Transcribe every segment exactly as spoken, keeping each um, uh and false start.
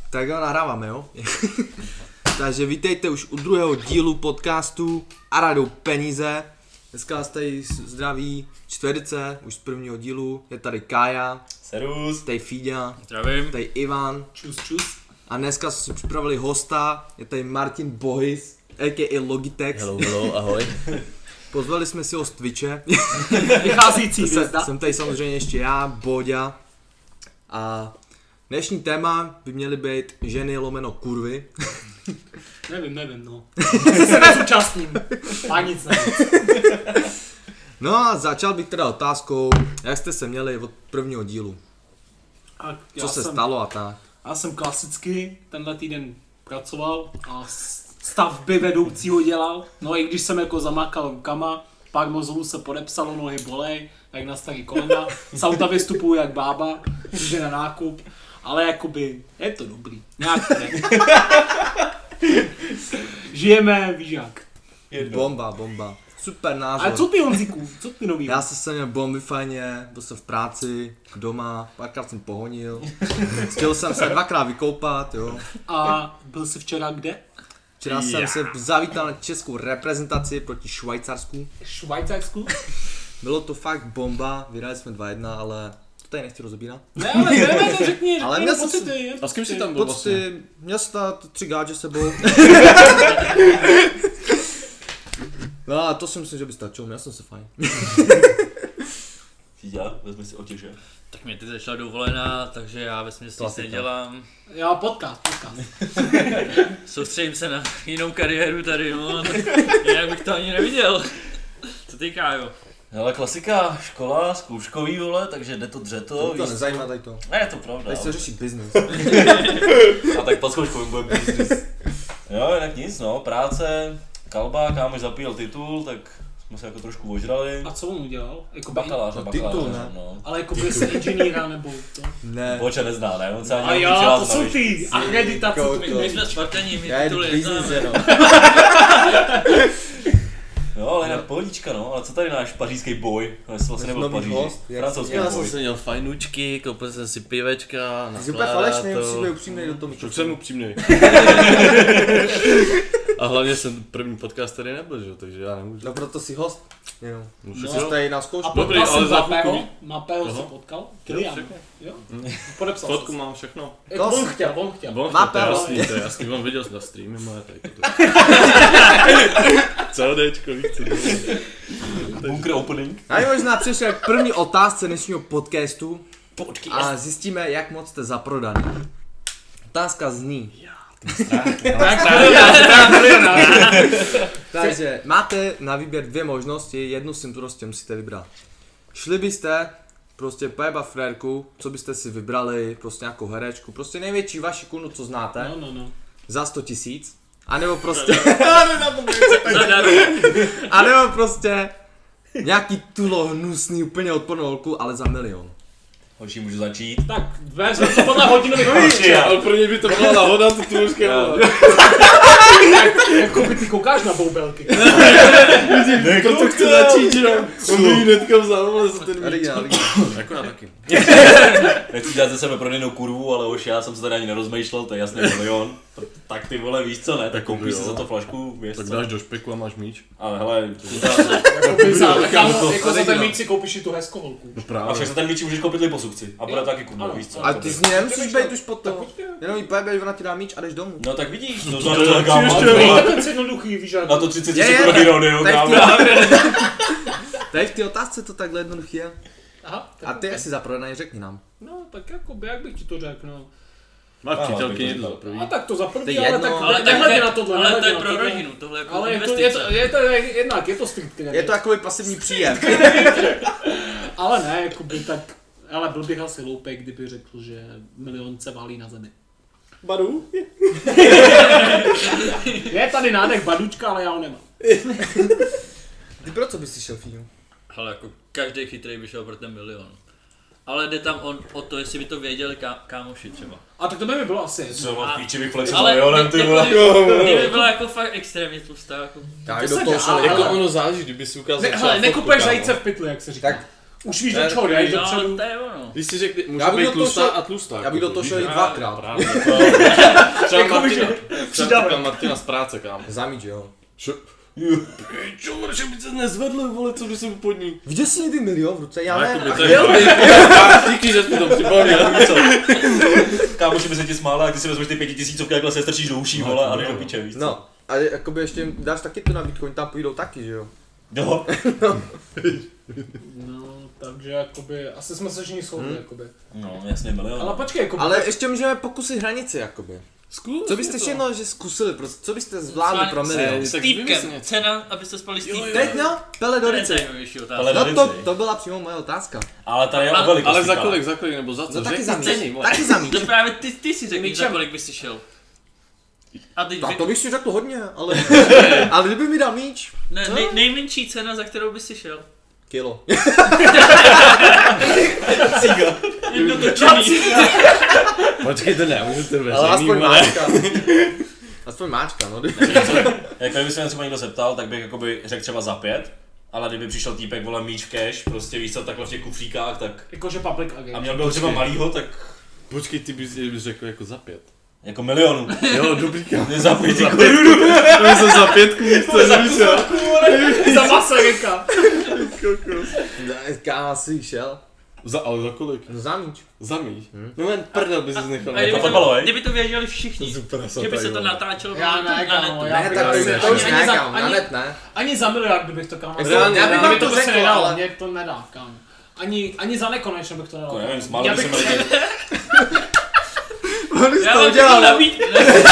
Tak jo, nahráváme, jo? Takže vítejte už u druhého dílu podcastu A radou peníze. Dneska vás tady zdraví čtverice, už z prvního dílu. Je tady Kája. Serus. Tady Fíďa. Zdravím. Tady Ivan. Čus, čus. A dneska jsme si připravili hosta. Je tady Martin Bohys, a ká a Logitech. Hello, hello, ahoj. Pozvali jsme si ho z Twitche. Vycházící hvězda. Jsem tady samozřejmě ještě já, Bóďa. A dnešní téma by měly být ženy lomeno kurvy. Nevím, nevím, no. Asi se nezúčastním. Má nic, nevím. No a začal bych teda otázkou, jak jste se měli od prvního dílu? A Co se jsem, stalo a tak? Já jsem klasicky tenhle týden pracoval a stavby vedoucího dělal. No i když jsem jako zamákal rukama, pár mozolů se podepsalo, nohy bolej, jak na starý kolena. Z auta vystupuju jak bába, když jde na nákup. Ale jakoby, je to dobrý. Nějak ne. Žijeme, víš jak. Bomba, bomba. Super názor. A co ty, Honzíku? Co ty nový? Já jsem se měl bomby fajně, byl jsem v práci, doma, párkrát jsem pohonil. Chtěl jsem se dvakrát vykoupat, jo. A byl jsi včera kde? Včera jsem se zavítal na českou reprezentaci proti Švajcarsku. Švajcarsku? Bylo to fakt bomba, vyhráli jsme dva jedna, ale to tady nechci rozebírat. Ne, ale ne, ne, to řekni, Ale řekni měl no, jsem pocity. jen A s kým jsi pocity. tam byl vlastně? Pocty, měl jsem ta tři gáče sebou. No a to si myslím, že by stačilo, měl jsem se fajn. Já, vezmi si otěže. Tak mě teď začala dovolená, takže já ve smyslu nic nedělám. Já podcast, podcast. Soustředím se na jinou kariéru tady, no, tak jinak bych to ani neviděl. Co ty, Kájo? Hele, klasika, škola, zkouškový, vole, takže jde to dřeto. To, to víš- nezajímá tady to. Ne, je to pravda. Tady se ale- řeší business. A tak po zkouškovým bude business. Jo, jinak nic, no, práce, kalba, kámoš zapíjel titul, tak jsme se jako trošku ožrali. A co on udělal? Jako Bakaláře, No, titul, bakaláře, ne? no. Ale jako byl se inženýra nebo to? Ne. Boče nezná, ne? On se ani A neučil já, nás to na jsou výšku. ty akreditace. Jako to My, mi- my jsme Spartaní, my Já jdu tituly business neznáme. jenom. Jo, ale jinak pohodička, no. Ale co tady náš pařížský boj? On vlastně nebyl v Nový Paříži. host, jak Francouzský jsem- Já jsem boj. si měl fajnučky, koupil jsem si pivečka, Ty jsi úplně falešný, musíš být upřímnej do toho Proč jsem mikrofonu. upřímný? A hlavně jsem první podcast tady nebyl, že? Takže já nemůžu. No proto jsi host. Jo. Můžu No. si Jsi tady na A zkoušku. Dobrý, potkal ale jsem za Mapého, chvilku Mapého Koho? se potkal. Jo, Kylian, všechno. jo? Podepsal Fotku se. mám všechno. Jako on chtěl, on chtěl. On Má chtěl, to je péro. jasný, to je jasný, on viděl na streamy moje, tady to. CLDčko, víš co? Bunker opening. A jo, možná přišel k první otázce dnešního podcastu Počkej, a zjistíme, jak moc jste zaprodaný. Otázka zní. Tak, tak, Takže máte na výběr dvě možnosti, jednu si prostě musíte vybrat. Šli byste prostě pojeba frérku, co byste si vybrali, prostě nějakou herečku, prostě největší vaši kunu, co znáte, No, no, no. za sto tisíc. A nebo prostě, Zadarmo. a nebo prostě nějaký tulo hnusný, úplně odpornou holku, ale za milion. Hoši, můžu začít? Tak, vezme to podle hodinových Hoši, já. Ale pro mě by to byla náhoda, to tu už Jako by ty koukáš na boubelky. Proto chci začít, že jo? On by jí hnedka vzal, ale za ten míč. Jako já taky. Nechci dělat ze sebe prodejnou kurvu, ale už já jsem se tady ani nerozmýšlel, to je jasný milion. Tak ty vole, víš co, ne? Tak koupíš si jo. za to flašku, víš Tak co? dáš do špeku a máš míč. Ale hele, Jako by za, kámo, to- jako za ten originál. míč si koupíš i tu hezkou holku. No a právě. však za ten míč můžeš koupit liposukci. A bude to taky kurva, Ano. víš co? A ty z ní nemusíš být už pod Tak to. počkej. Jenom jí pojebeš, ona ti dá míč a jdeš domů. No tak vidíš, no to to je to lepší kámo. ještě, no. Není to ten jednoduchý, víš, jak... Na to třicet Je, je, tisíc pro tak- hirony, jo, tak kámo. Tady v té otázce to takhle jednoduché je. Aha, tak A ty ok. asi za prodaný, řekni nám. No, tak jako by, jak bych ti to řekl, no. Máš Ano, přítelkyni to za je první. A tak to za první, To je ale jedno. tak Ale tak to nehledě je, na tohle, ale to nehledě je na pro tohle. rodinu, tohle jako Ale je to, je investice. to, je to jednak, je to street credit. Je to takový pasivní příjem. Ale ne, jakoby tak, ale byl bych asi loupej, kdyby řekl, že milion se válí na zemi. Badu? Je tady nádech badučka, ale já ho nemám. Ty pro co bys si šel, Fíňu? Ale jako každý chytrý by šel pro ten milion. Ale jde tam on, o to, jestli by to věděli ká, kámoši třeba. A tak to by mi bylo asi jedno. Co mám v píči bych flexil Ale milionem, ty jako, vole. kdyby, kdyby byla jako fakt extrémně tlustá, jako... Tak To do se toho dá, šel. ale- Jako ono záleží, kdyby si ukázal Ne, třeba hele, fotku, nekupuješ kámo. zajíce v pytli, jak se říká. Tak Už víš, do čeho jdeš dopředu. No, to je ono. Když si řekli, Já může bych být do toho tlustá šel- a tlustá. Já bych do toho šel i dvakrát. Právě, třeba Martina, třeba taková Martina z práce, kámo. Zamíč, jo. Čo, že by se nezvedl, vole, co by se mu pod ní. Viděl jsi někdy milion v ruce? Já No, ne. jakoby A to je- chtěl bych. Díky, že jsi mi to připomněl. Kámoši by se ti smála, jak ty si vezmeš ty pětitisícovky, jakhle se strčíš do uší, vole, a jdeš do piče, víš co? No, a jakoby ještě jim dáš taky tu nabídku, oni tam půjdou taky, že jo? Jo. No, takže jakoby, asi jsme se všichni shodli, jakoby. No, jasně milion. Ale počkej, jakoby. Ale ještě můžeme pokusit hranici, jakoby. Zkus Co byste všechno, že zkusili, prostě, co byste zvládli pro milion? Tak S vymysl týpkem, něco. cena, abyste spali s týpkem. Teď no, Pele do To je rice. zajímavější otázka. Ale- No to, Dorici. to byla přímo moje otázka. Ale tady je A- o velikosti. Ale za kámo. kolik, za kolik, nebo za co? No taky Řekni zamíč, ceny, vole. taky zamíč. To právě ty, ty si řekni, za Ničem. kolik bys si šel. A teď Tak vy, to bych si řekl hodně, ale, ale kdyby mi dal míč, ne, nej, nejmenší cena, za kterou bys si šel. kilo. Jedno točení. Počkej, to ne, můžu to veřejný, Ale aspoň vole. máčka. Aspoň máčka, no. Jak kdyby se mě třeba někdo zeptal, tak bych jakoby řekl třeba za pět. Ale kdyby přišel týpek, vole, míč v cash, prostě víš co, takhle v těch kufříkách, tak... Jakože public A agent. měl by ho třeba malýho, tak Počkej, ty bys, bys řekl jako za pět. jako milionu. Jo, dobrý, kámo. Ne za pět, jako To jsem za pětku místo zrušil. Za Masaryka. Kámo, asi šel. Za, ale za kolik? No za míč. Za míč. No men prdel bys nechal. A kdyby to to, fotbalovej? kdyby to věděli všichni, Super, že by se to natáčelo Já na, ne, na kámo, netu. já Ne, bych tak asi- to, to to už ani ne, za- kámo, na ani- net ne. Ani za miliardu bych to kámo. Jako, Reálně, já bych já vám Mě to to prostě řekl, nedalo, ale... mě to nedá, kámo. Ani, ani za nekonečno bych to nedal. jako nevím, smáli Já by se bych- mi lidi. On už Já to vám udělal, to no. nabít.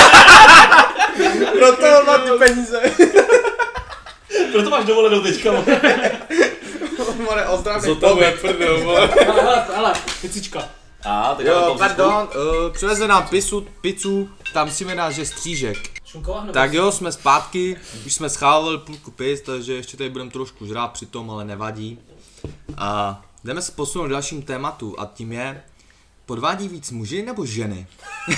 Proto má ty peníze. Proto máš dovolenou teďka, vole. More, ozdravný Zotavuje prdel, vole. Hele, hele, hele, picička. A, tak já Jo, to pardon, uh, přiveze nám pizzu, pizzu, tam musíme dát, že střížek. Šunková nebo? Tak jo, jsme zpátky, už jsme schávali půlku pis, takže ještě tady budeme trošku žrát přitom, ale nevadí. A jdeme se posunout k dalším tématu a tím je, podvádí víc muži nebo ženy?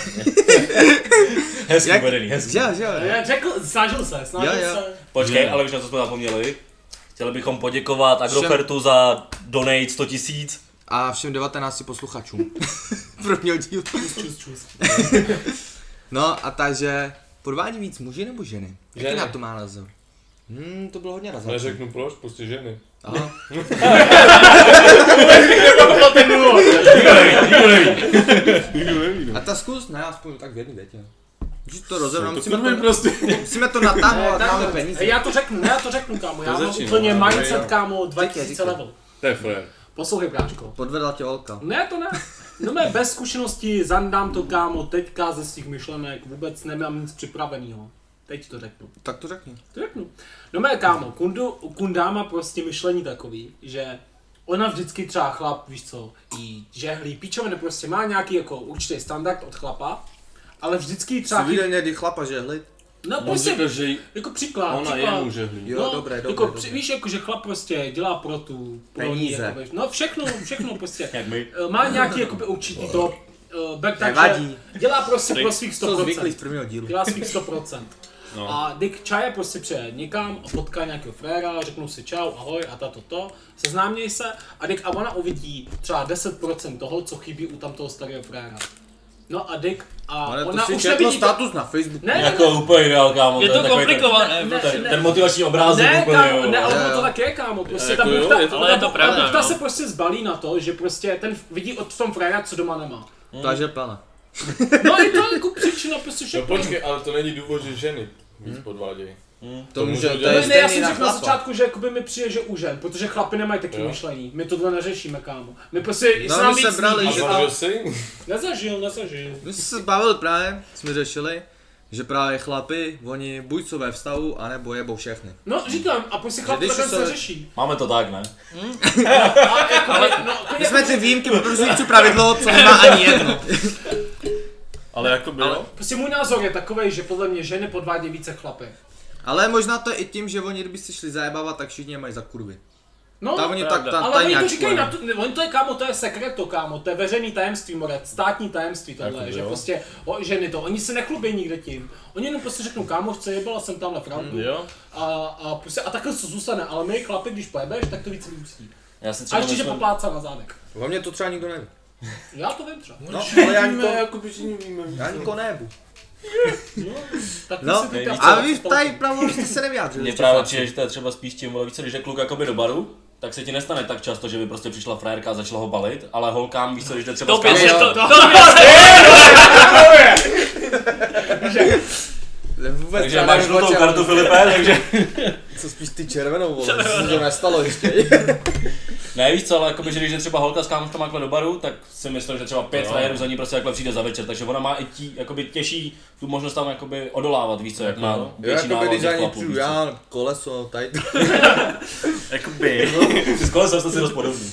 Hezky Jak- uvedený, hezky. Jo, jo, jo. Já řekl, snažil se, snažil Jo, jo. se. Počkej, ale víš, na co jsme zapomněli? Chtěli bychom poděkovat Agrofertu za donate sto tisíc. A všem devatenácti posluchačům. Prvního dílu. Čus, čus. No a takže, podvádí víc muži nebo ženy? Jaký Ženy. na to má názor? Hmm, to bylo hodně razantní. Neřeknu proč, prostě ženy. Aha. A ta zkus, ne, aspoň tak v jedný větě. Když to rozebral, To musíme kurva to, prostě. musíme to natáhnout, ať máme Ne, peníze. já to řeknu, ne, já to řeknu, kámo. Já To mám začíná, úplně no, mindset, jo. kámo, dva Říkej, tisíce říkej. level. To je frér. Poslouchej, bráško. Podvedla tě holka. Ne, to ne. No mé bez zkušenosti, zandám to, kámo, teďka ze svých myšlenek, vůbec nemám nic připraveného. Teď to řeknu. Tak to řekni. To řeknu. No mé kámo, kundu, kundá má prostě myšlení takový, že ona vždycky třeba chlap, víš co, jí žehlí, píčoviny prostě má nějaký jako určitý standard od chlapa, ale vždycky třeba... Jsi viděl někdy chlapa žehlit? No On prostě, řekl, že jako příklad, ona příklad. jemu žehlí. Jo, no, dobré, dobré, jako, dobré. při- víš, jako, že chlap prostě dělá pro tu, pro ní, Peníze. jako, víš, no všechno, všechno prostě. Jak my. Eh, Má nějaký jakoby určitý top, uh, back, takže Nevadí. dělá prostě pro svých sto Jsou procent. zvyklí z prvního dílu. Dělá svých sto procent. No. A Dick Čaje prostě přijde někam a potká nějakého fréra, řeknou si čau, ahoj a tato to, seznáměj se a Dick a ona uvidí třeba deset procent toho, co chybí u tamtoho starého fréra. No a Dick a Ale to ona si už četl nevidí... status na Facebooku. Ne, ne, Jako úplně ideál, kámo. Je to to takový komplikované, ne, protože- Ten, ne, ten motivační obrázek ne, úplně, kámo, jo. ne, ale Jo, ono jo. to tak je, kámo, prostě Jako ta jo, buchta, je to- ale je to ta, pravda, ta buchta no. se prostě zbalí na to, že prostě ten vidí od tom fréra, co doma nemá. Takže pana. No je to jako příčina prostě No všechno. počkej, ale to není důvod, že ženy víc podvádějí. To může, to udělat. je Ne, ne, já stejný jsem na řekl na chlapa. začátku, že jakoby mi přijde, že u žen, protože chlapi nemají taky Jo. myšlení. My tohle neřešíme, kámo. My prostě No, se nám my se víc brali, líbí A že- a- zažil jsi? Nezažil, nezažil. My jsme se bavili právě, jsme řešili, že právě chlapi, oni buď jsou ve vztahu, anebo jebou všechny. No říkám, a prostě chlap když takhle se- se řeší. Máme to tak, ne? A jako, no, My jsme ty výjimky podržující pravidlo, co nemá ani jedno. Ale jako bylo. prostě můj názor je takový, že podle mě ženy podvádějí více chlapy. Ale možná to je i tím, že oni kdyby si šli zajebávat, tak všichni je mají za kurvy. No, Tak oni tak pravda. ta, ale oni to tajňačku, říkají ne? na to, ne, oni to je kámo, to je sekreto, kámo, to je veřejný tajemství, more, státní tajemství tohle, Jako že jo. prostě o, ženy to, oni se nechlubí nikde tím. Oni jenom prostě řeknou, kámo, chce jebala jsem tamhle franku Jo. a, a, prostě, a takhle to zůstane, ale my chlapi, když pojebeš, tak to víc vyústí. Já si A třeba ještě, že myslím, poplácá na zádech. O mě to třeba nikdo neví. Já to vím třeba. No, ale já nikoho, jakoby, že nevíme. já nikoho nejebu. No, tak No, si ty nejvíc, a vy tady pravdu jste se nevyjádřili. mě právě přijde, že to je třeba spíš tím, vole, víš co, když jde kluk jakoby do baru, tak se ti nestane tak často, že by prostě přišla frérka a začala ho balit, ale holkám, víš co, když jde třeba To by s se kámoškou- to, to by Vůbec takže já máš nevím, žlutou o čem kartu, mluvíš. Filipe, takže... Co spíš ty červenou, vole, co se to nestalo ještě. Ne, víš co, ale jakoby, že když jde třeba holka s kámoškama takhle do baru, tak si myslím, že třeba pět frajerů za ní prostě takhle přijde za večer, takže ona má i tí, jakoby těžší tu možnost tam jakoby odolávat, víš co, jak má Jo, větší jakoby nával když těch za ní chlapů, přijdu víš co. já, koleso, tady to. Jakoby. Ty s kolesem jste si dost podobný.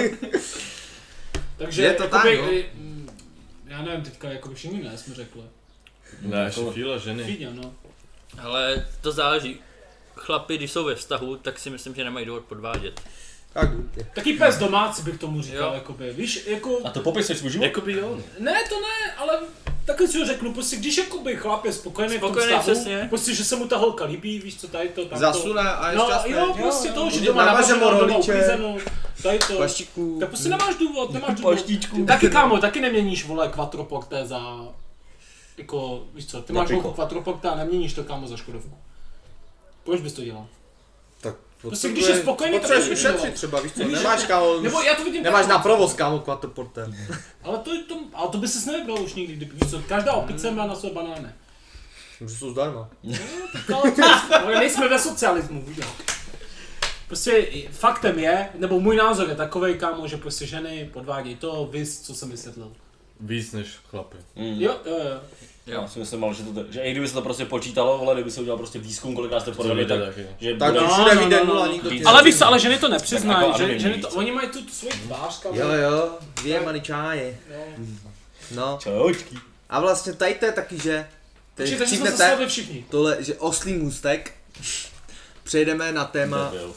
Takže Je to jakoby, tak, no. i- mm, já nevím teďka, jakoby všichni ne, jsme řekli. Ne, šefíla ženy. Fíňa, no. Ale to záleží. Chlapi, když jsou ve vztahu, tak si myslím, že nemají důvod podvádět. Tak, Taký pes domácí bych tomu říkal, Jo. jakoby, víš, jako, A to popisuješ svůj život? Jakoby jo. ne, to ne, ale takhle si ho řeknu, prostě když jakoby chlap je spokojený v tom Spokojený, vztahu, přesně. prostě, že se mu ta holka líbí, víš co, tady to, tam to. zasune a je No šťastný. jo, prostě to, že Že doma navaže navařenou, doma moroliče. uklízenou, tady to. Plaštiku. Tak prostě nemáš důvod, nemáš důvod. Paštičku. Taky kámo, taky neměníš, vole, quattroporté za, jako, víš co, ty Na máš piko. holku quattroporté a neměníš to, kámo, za Škodovku. Proč bys to dělal? Tak Prostě když je spokojený, tak potřebuješ můžeš ušetřit dělat. třeba, víš co, Víš, nemáš že- kámo, Nebo já to vidím nemáš takhle. na provoz kámo quattroportem. Ale to, to, ale to by ses nevybral už nikdy, kdyby, víš co, každá opice má na své banány. Že jsou zdarma. Ale to, ale nejsme ve socialismu, víš jo. Prostě faktem je, nebo můj názor je takovej, kámo, že prostě ženy podvádějí to, vys, co jsem vysvětlil. Víc než chlapy. Mm. Jo, jo, jo. Já si myslím, ale že, to, že i kdyby se to prostě počítalo, ale kdyby se udělal prostě výzkum, kolikrát jste podali, vyjde tak, taky. že Tak bude... No, všude no, vyjde no, nula, no. nikdo ti Ale neví. víš co, ale ženy to nepřiznají, Tak jako že, anonymní, ženy to, co? oni mají tu, tu svoji tvář, kámo. Jo jo, dvě malý čáje. Jo. No. Čaučky. A vlastně tady to je taky, že teď Takže, takže jsme se vtipnete shodli všichni. tohle, že oslý můstek. Přejdeme na téma, Debil.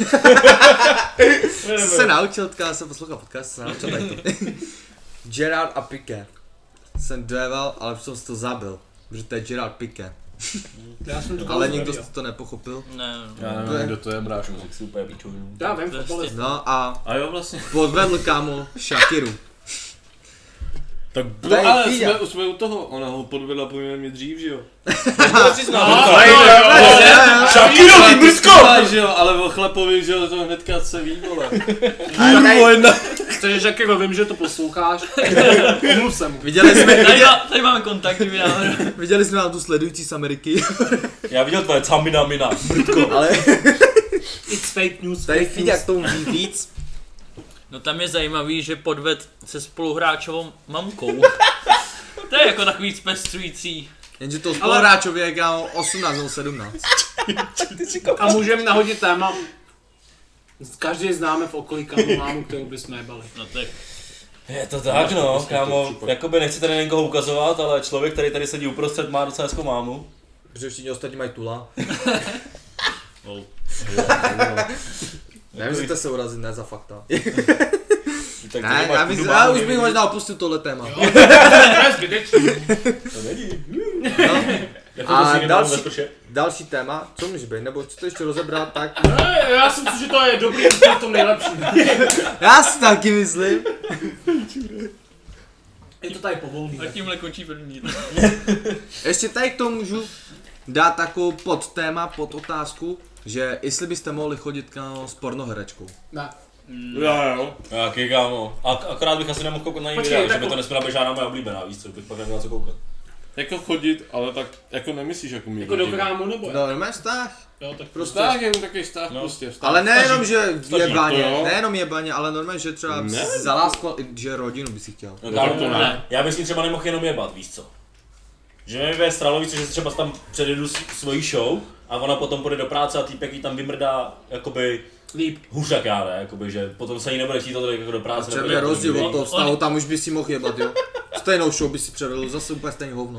co se naučil, já jsem poslouchal podcast, co se naučil tady to. Gerard a Piqué. Jsem dojeval, ale přitom jsem to zabil, protože to je Gerard Piqué. Já jsem to Ale nikdo to nepochopil. Ne, Já nevím, kdo to je, brášku. Tak si úplně pičuju. Já vím, Prostě. fotbalist. No a A jo, vlastně. podvedl kámo Shakiru. Tak To je ale Fíďa. jsme, už jsme u toho, ona ho podvedla poměrně dřív, že jo? Shakiro, ty brsko! Ale, že jo, ale o chlapovi, že jo, to hnedka se ví, vole. Kurvo jedna. Takže Žakiro, vím, že to posloucháš. Mluv se mu. Viděli jsme, tady, má, tady máme kontakt, vydáme. viděli jsme vám tu sledující z Ameriky, Já viděl tvoje camina mina. ale It's fake news. tady fake Fíďa news. k tomu ví víc. No tam je zajímavý, že podved se spoluhráčovou mamkou. To je jako takový zpestřující. Jenže to spoluhráčově je kámo osmnáct nebo sedmnáct. A můžeme nahodit téma. Každý známe v okolí kámo mámu, kterou bychom nebali. No tak. Je to tak no, kámo, jakoby nechci tady někoho ukazovat, ale člověk, který tady sedí uprostřed, má docela hezkou mámu. Protože všichni ostatní mají tula. Oh. Nemusíte se urazit, ne za fakta. Tak Ne, ty máš já, bys, chudu já mámu, už bych nevidíš? možná opustil tohle téma. To je zbytečný. To není. No. Jako A to si někdo další- ve sprše. Další téma, co může být, nebo chci to ještě rozebrat, tak Ne, já si myslím, že to je dobrý, to je v tom nejlepší. já si taky myslím. Je to tady povolný. A tímhle končí první. Ještě tady k tomu můžu dát takovou podtéma, pod otázku, že jestli byste mohli chodit kámo s pornoherečkou. Ne. Jo, jo. Jaký kámo. A akorát bych asi nemohl koukat na jiný Počkej, videa, že tak- by to nesměla být žádná moje oblíbená, víc co, bych pak neměl co koukat. Jako chodit, ale tak jako nemyslíš jako mi. Jako do krámu nebo jak? No, nemá vztah. Jo, tak Prostě. Vztah, jenom takový vztah, No. prostě vztah. Ale nejenom, že Stačí, jebaně, to jo. nejenom jebaně, ale normálně, že třeba Ne. zaláskal, že rodinu by si chtěl. No, No, kámo, tak to ne. já bych s ní třeba nemohl jenom jebat, víš co. Že mi vyjde stralo víc, že si třeba tam předjedu s- svojí show a ona potom půjde do práce a týpek jí tam vymrdá, jakoby líp. hůř jak já, ne, jakoby, že potom se jí nebude chtít to jako do práce. Čem nebude je jako rozdíl líbí. od toho vztahu, tam už by si mohl jebat, jo. Stejnou show by si převedl, zase úplně stejný hovno.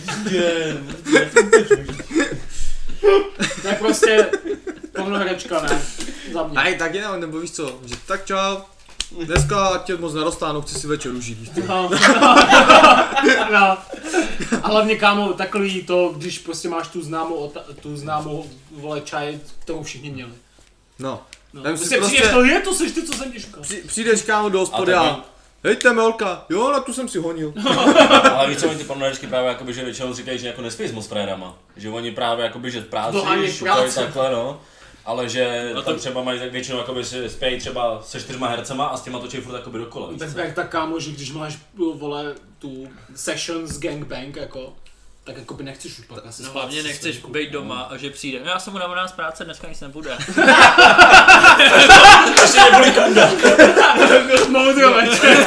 Ne, prostě pornoherečka ne. Za mě. Aj, tak jenom, nebo víš co, že tak čau. Dneska tě moc neroztáhnu, chci si večer užít, víš co. No. No. A hlavně kámo, takový to, když prostě máš tu známou, ota- tu známou vole čaj, kterou všichni měli. No, No. Tam si Prostě prostě- přijdeš, to je, to seš ty, co jsem těžko. Při, přijdeš kámo do hospody A a tak hejte Melka, jo, na tu jsem si honil. Ale víš co, oni ty pornoherečky právě jakoby, že většinou říkají, že jako nespí s moc frérama. Že oni právě jakoby, že v práci, Dohánějí šukají práci. takhle no. Ale že No tam to- třeba mají tak většinou jakoby si spějí třeba se čtyřma hercema a s těma točí furt jakoby dokola, víš Tak co? jak tak kámo, že když máš, vole, tu session s gangbang, jako, tak jako by nechceš už pak asi No spát hlavně se nechceš svým být klukem, doma a že přijde. No já jsem mu navolená z práce, dneska nic nebude. Ještě nebyli kunda. Moudro večer.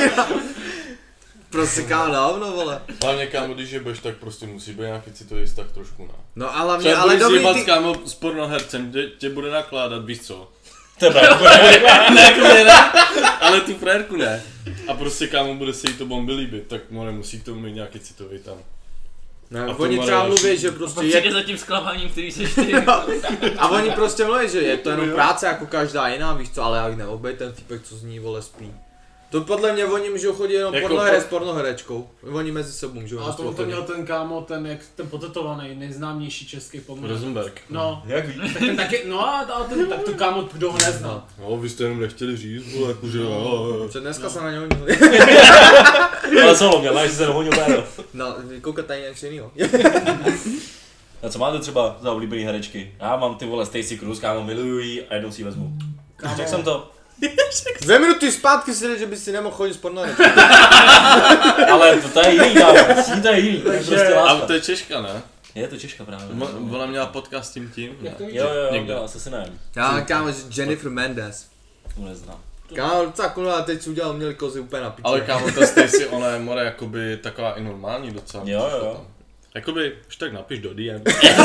Prostě kámo dávno, vole. Hlavně kámo, když jebeš, tak prostě musí být nějaký citový vztah trošku, ne? No a hlavně, Třeba ale budeš dobrý jebat ty... kámo s pornohercem, tě, tě bude nakládat, víš co? Tebe, Ne, jako mě ne, ale tu frérku ne. A prostě kámo bude se jí to bomby líbit, tak more musí k tomu mít nějaký citový tam. No, A to oni má třeba další. mluví, že Pak prostě přijde je... za tím zklamáním, který seš ty. A oni prostě mluví, že je to jenom práce jako každá jiná, víš co, ale já neobej ten typek, co z ní vole spí. To podle mě oni můžou chodit jenom Jako pornoherec s po- pornoherečkou. Oni mezi sebou můžou A jenom to, spolu to měl chodit. ten kámo, ten, jak, ten potetovaný, nejznámější český pornoherec. Rosenberg. No, jak víš? tak ten taky, no a a ten, tak to kámo, kdo ho nezná. No, vy jste jenom nechtěli říct, vole, jakože jo. Protože dneska jsem na něho Ale solo měl, máš se honil béro. No, koukat tady něco jinýho. A co máte třeba za oblíbený herečky? Já mám ty vole Stacy Cruz, kámo, miluju jí a jednou si ji vezmu. Kámo. Řekl jsem to. Dvě minuty zpátky si řekl, že bys si nemohl chodit s pornoherečkou. Ale to, to je jiný, kámo. S ní to je jiný. To je prostě Ale láska. to je Češka, ne? Je to Češka právě. Mo- Ona měla podcast s tím tím, ne? Jak to víš? Jo, jo, jo, Někde. jo, asi si nevím. Já kámo, že Jennifer Mendes. Tu neznám. Kámo, docela cool, ale teď si udělal, měli kozy úplně na piči. Ale kámo, ta Stacy, ona je more jakoby taková i normální docela. Jo, jo, jo. Jakoby, už tak napiš do D M.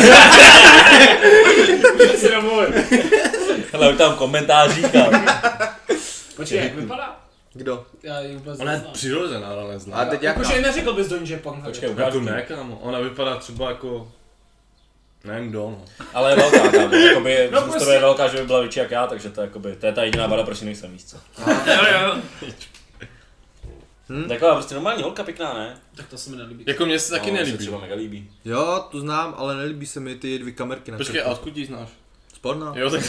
Já si domluvím. Hele, už tam komentářích, kámo. Počkej, jak vypadá? Kdo? Já ji vůbec Ona je neznám. přirozená, ale neznám. A teď jaká? Jakože neřekl bys do ní, že je pornoherec. Počkej, ukážu Jako ti. ne, kámo. Ona vypadá třeba jako... Nevím kdo, no. Ale je velká, kámo. Jakoby, No no, prostě- prostě... je velká, že by byla větší jak já, takže to je, jakoby, to je ta jediná vada, proč ji nejsem, víš co. Jo, jo. Hm? Taková prostě normální holka pěkná, ne? Tak to se mi nelíbí. Jako mně se taky No, se nelíbí. třeba mega líbí. Jo, tu znám, ale nelíbí se mi ty dvě kamerky na Počkej, a odkud ji znáš? Sporná. Jo, tak...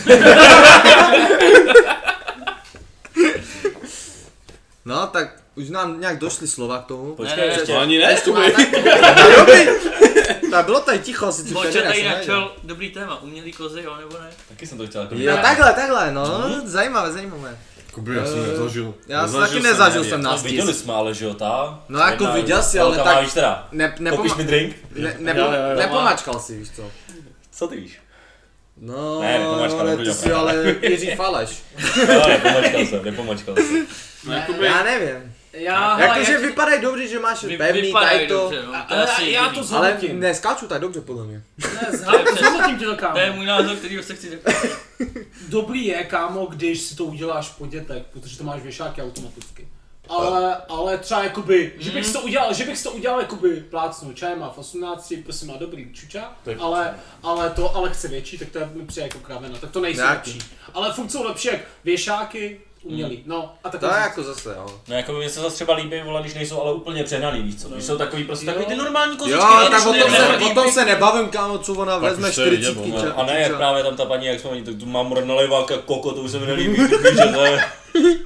No, tak už nám nějak došly slova k tomu. Počkej, Ne, ne, ještě. To ani ne, To má Kuby. tak- Dobrý. Tak bylo tady ticho, asi tu Boče Federa tady jsem nevěděl. načal dobrý téma, umělý kozy, jo nebo ne? Taky jsem to chtěl jako Jo, takhle, takhle, no, zajímavé, zajímavé. Kuby, já jsem Eh, nezažil. Já jsem taky nezažil jsem No, na viděli jsme ale, že jo, ta? No, jako jedna viděl si, ale velká tak- má, víš teda, Ne, koupíš nepoma- mi drink? ne, nepo, Jo, jo, jo. nepomačkal si, víš co. Co ty víš? No, Ne, nepomačkal, ale nebudu ty si ale Jiří Faleš. No, nepomačkal jsem, nepomačkal jsem. No, jakoby... Já nevím. Já, hele, Jakože já ti- vypadají dobře, že máš Vy, pevný vypadají tady to. dobře, no. To je Ale asi já jediný. to Ale zhodnotím. neskáču tak dobře, podle mě. Ne, zhodnotím tě to, kámo. To je můj názor, kterýho se chci řekl. Dobrý je, kámo, když si to uděláš po dětech, protože to máš věšáky automaticky. Ale, ale třeba jakoby, že bych si to udělal, že bych si to udělal jakoby plácnu čajem a v osmnácti, prostě má dobrý čuča, Tak. ale, ale to, ale chce větší, tak to je mi přijde jako kravena, tak to nejsou Nějaký. lepší. Ale furt jsou lepší jak věšáky, umělý, no a To takhle. je jako zase, jo. No jako mě se zase třeba líbí, vole, když nejsou ale úplně přehnaný, víš co? Když jsou takový prostě Jo. takový ty normální kozičky, Jo, ne, tak když o tom, ne- se, ne- o tom se nebavím, kámo, co ona Pak vezme už to je vidět, čtyřicítky. no. ča- A ne, jak ča- právě tam ta paní, jak jsme oni, tak tu mám nalejváka koko, to už se mi nelíbí, ty víš, že to je...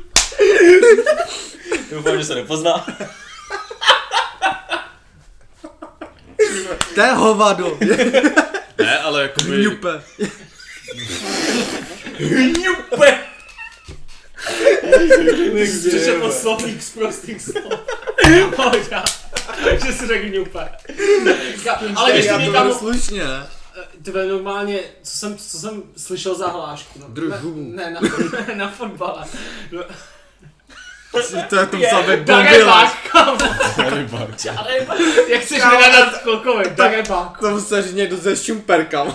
Doufám, že se nepozná. To je hovado. Ne, ale jakoby... Hňupe. Hňupe! Přečetl slovník z prostých slov. Hoďa, že si řekl úplně. Ale když Já ty to někam, beru slušně, ne? ty vole, normálně, co jsem, co jsem slyšel za hlášku, no. Druhu. Ne, ne, na, na fotbale. No, To je tom samé bombila. Darebák, kámo. Darebák. Darebák. Jak chceš vynadat kolkovi, Darebák. To se říct někdo ze šumperkama.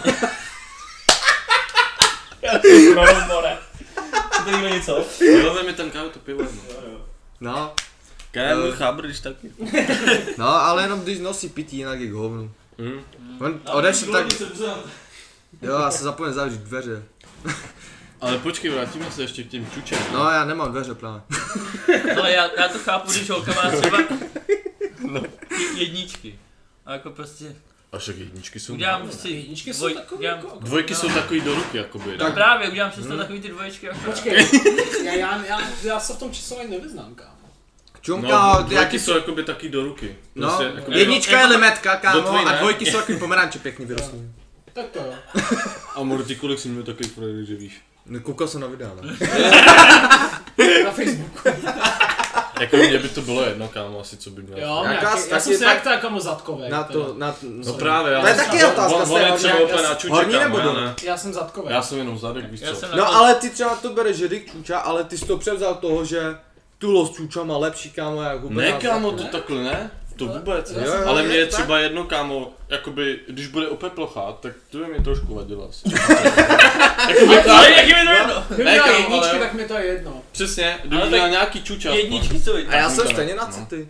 Pro more. To někdo něco? Vezme mi ten kávu, to pivo. no. No, Kámo, Eh. chábr, když taky. no, ale jenom když nosí pití, jinak je k hovnu. Hm. On odešel tak... Jo, já se zapomněl zavřít dveře. Ale počkej, vrátíme se ještě k těm čučem. No, já nemám dveře právě. Ale já, já to chápu, když holka má třeba jedničky. A jako prostě A však jedničky jsou Udělám ne? si Jedničky jsou dvoj, takový udělám, jako... Dvojky jsou takový do ruky, jakoby. tak Ne? právě, udělám si z toho takový ty dvoječky. Jako. Počkej, já, já, já, já se v tom číslu ani nevyznám, kámo. Čumka, No, jaký dvojky jsou... jsou jakoby taky do ruky. No, Prostě, jakoby, jednička je limetka, Do kámo, tvojí a ne. dvojky jsou takový pomeranče pěkný vyrostlý. Tak to jo. A Morty, kolik jsi měl takový frajer, že víš? No, koukal jsem na videa, ne? Na Facebooku. Jako mě by to bylo jedno, kámo, asi co by měl. Jo, Jaká nějaký, taky já jsem si tak- jak to jako zadkovej. Na teda. to, na... No právě, To ale... je taky otázka, on, jste on je hodně- třeba já- úplně já- na čuče, horní kámo, nebo já dolů? ne. Já jsem zadkovej. Já jsem jenom zadek, víš Já co? jsem na No to- ale ty třeba to bereš, že Rick čuča, ale ty jsi to převzal toho, že Tulo s čuča má lepší, kámo, jak hubená. Ne, kámo, to takhle ne. To vůbec. Jo, jo, Ale je mě je tak. třeba jedno, kámo, jakoby, když bude opět plochá, tak to by mě trošku vadilo asi. Ale jak je mi to jedno? Kdyby Ne, měla kámo, jedničky, ale- tak mi to je jedno. Přesně, kdyby Ale měl tak nějaký čuča. aspoň. Jedničky jsou A já Tak jsem to stejně ne, na no. city.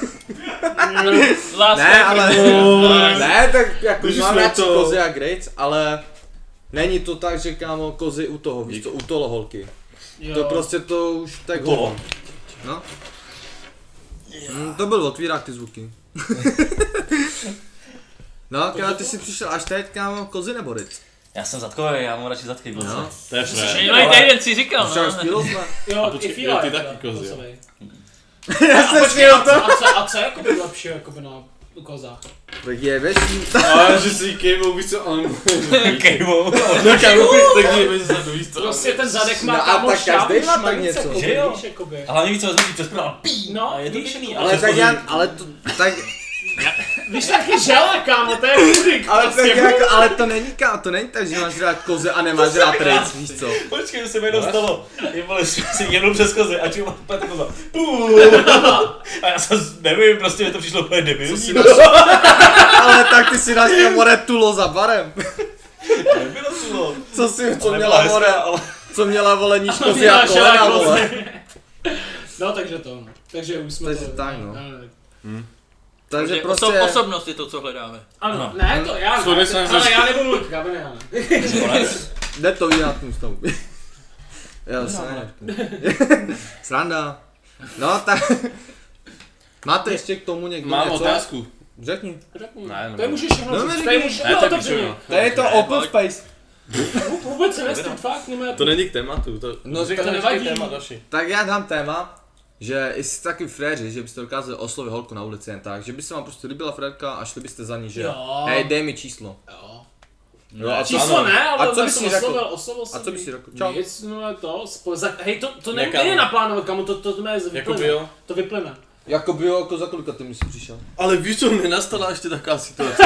Láska. Ne, ale... Ne, tak jako Když mám jsme radši to- kozy a Grace, ale... Není to tak, že kámo kozy u toho, víš Dík. to, u toho holky. Jo. To prostě to už tak Utolo. hovno. No. Mm, to byl otvírák ty zvuky. No, kámo, ty jsi přišel až teď, kámo, kozy nebo ryc? Já jsem zadkový, já mám radši zadky, kluci. No. To je frér. Minulý týden si říkal, Třeba no. špílo jsme. Jo, A počkej, i Fila ty je taky teda kozy, jo. kozovej. Já jsem Počkej, a co, a co, a co je jakoby lepší jakoby na kozách? Tak je, víš, Ale že si kejmou, víš co, on... Kejmou. No kámo, tak dívej se zadu, víš co? Prostě ten zadek má No a kámo tak každý šťávu, má tak šmanice, něco. jakoby, Že jo? víš, jakoby. A hlavně víc, co vezmeš přes prdel. No, A je to víš, pěkný, jako- ale ale tak já, ale to, tak, Víš, taky žela, kámo, to je chudík. ale prostě. tak jako, ale to není kámo, to není tak, že máš rád kozy a nemáš rád ryc, víš co? Počkej, to se mi jednou stalo. Je vole, jsme si jednou přes kozy a čím úplně ta koza. A já jsem, nevím, prostě mi to přišlo úplně Co debilní. si dáš? Ale tak ty si dáš more Tulo za barem. Nebylo tulo. Co si, co Ale měla nebyla more, hezká, ale... co měla vole níž kozy Měla a žela kolena, kozy. vole. No, takže to, no. Takže už jsme Takže to... tak, no. ne, ne. Takže Že prostě, oso- osobnost je to, co hledáme. Ano, Ano. ne, to já Shodli ne, jsme se, ale že- já nebudu mluvit, já ne, já ne. Konec. jde to vidět na tom stavu. Já se ne. Sranda. No tak, máte ještě k tomu někdo Mám něco? otázku. Řekni. Řekni. Ne, ne, To je ne. můžeš všechno No, říct, neříkej. to je můžeš Ne, to je otevřeně. píčovina. To je to open space. Vůbec se nestýd, fakt, nemá To není k tématu, to... No, Říkám, to že nevadí. téma další. Tak já dám téma, že jste taky fréři, že byste dokázali oslovit holku na ulici jen tak, že by se vám prostě líbila frérka a šli byste za ní, že Jo. hej, dej mi číslo. Jo. No a co Číslo ano? ne, ale A co já bys jsem si řekl? oslovil, oslovil A jsem co bys jí. si řekl? Čau. Nic, no je to, spo, za, hej, to, to ne, Nekam. nejde naplánovat, kamu, to, to, to mé Jakoby vyplyne. jo. To vyplyne. Jako by jako za kolika ty mi jsi přišel? Ale víš co, nenastala ještě taková situace.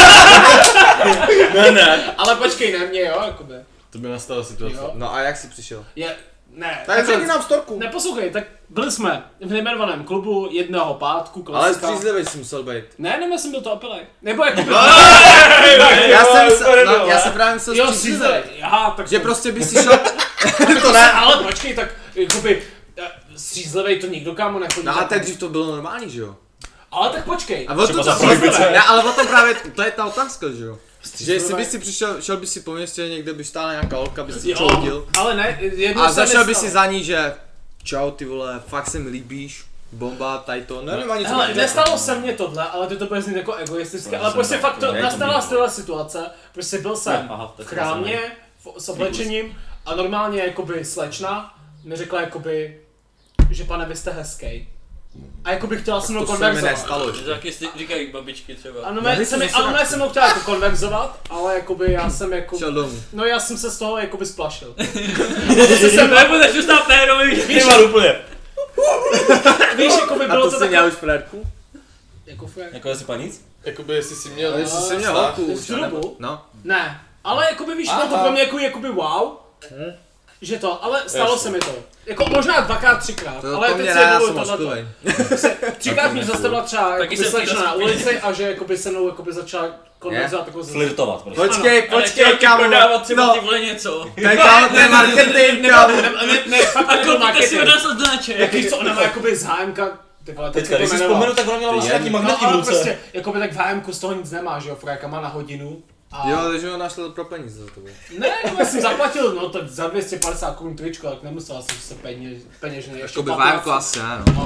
Ne, ne. Ale počkej, ne mě, jo, jakoby. To by nastala situace. Jo. No a jak jsi přišel? Je, ne. Tak takhle- řekni nám storku. Neposlouchej, tak byli jsme v nejmenovaném klubu jednoho pátku, Ale klasika. střízlivý jsi musel být. Ne, ne, já jsem byl to opilej. Nebo jako Já jsem, se, no, já jsem právě musel jo, střízlivý. střízlivý. Aha, tak Že prostě by si šel, to ne, ale počkej, tak jakoby eh, střízlivej to nikdo kámo nechodí. no a tak- teď dřív to bylo normální, že jo? Ale tak počkej. A o to, Třeba to za prohibice. ne, ale o tom právě, to je ta otázka, že jo? Že jestli Střízlivé- by si přišel, šel by si po městě, někde by stála nějaká holka, by si Jo, čoudil. ale ne, jednou A se zašel mi by stalo. si za ní, že čau ty vole, fakt se mi líbíš, bomba, tady to, nevím ani co Hele, bych nestalo řekl. se mně tohle, ale ty to bude znít jako egoistické, To ale jsem prostě tak- fakt to ne, to nastala mě stejná situace, prostě byl jsem Aha, v tak chrámě v- s oblečením a normálně jakoby slečna mi řekla jakoby, že pane, vy jste hezkej. A jakoby chtěla se mnou To se mi konverzovat. nestalo. Že taky si říkají babičky třeba. Ano, No, mé, víš, se mi, že ano, se mé tak- se mnou chtěla jako konverzovat, ale jakoby já jsem jako, Šel domů. no já jsem se z toho jakoby splašil. Ty jsem nebudeš už tam pérovi. Ty má úplně. Víš, jakoby A bylo to to jsi takové, měl už frérku? jako fakt. Jako jestli pan nic? Jakoby jestli jsi měl... Ale jestli jsi měl vztah. holku v už, nebo? klubu? No. Ne, ale jakoby víš, bylo to Aha. pro mě jako, jakoby wow, že to, ale stalo Jasně. se mi to. Jako možná dvakrát, třikrát, To, ale to teď mě si ne, já nebudu jsem tohleto. ošklivej. Třikrát mě zastavila třeba Taky jakoby jsem slečna chtěl na skupiny. ulici a že jakoby se mnou jakoby začala konverzovat takovou zase. Flirtovat prostě. Počkej, Ale počkej, chtěl ti kámo. prodávat třeba No, ty vole něco. to je kámo, to je marketing, kámo. Ne, ne, ne, fakt A nebyl koupíte si od marketing. nás označek. Jak víš co, ona má jakoby z há emka, ty vole, teď Teďka, když si vzpomenu, tak ona měla vlastně nějaký magnetí No v ale ruce. prostě, jakoby tak v há emku z toho nic nemá, že jo, frajka má na hodinu. A... Jo, takže ho našel pro peníze za to. Ne, no já jsem zaplatil, no tak za dvě stě padesát korun tričko, tak nemusela jsem se peněž, peněžně ještě Jakoby patnáct. vájemko asi ne, no. No,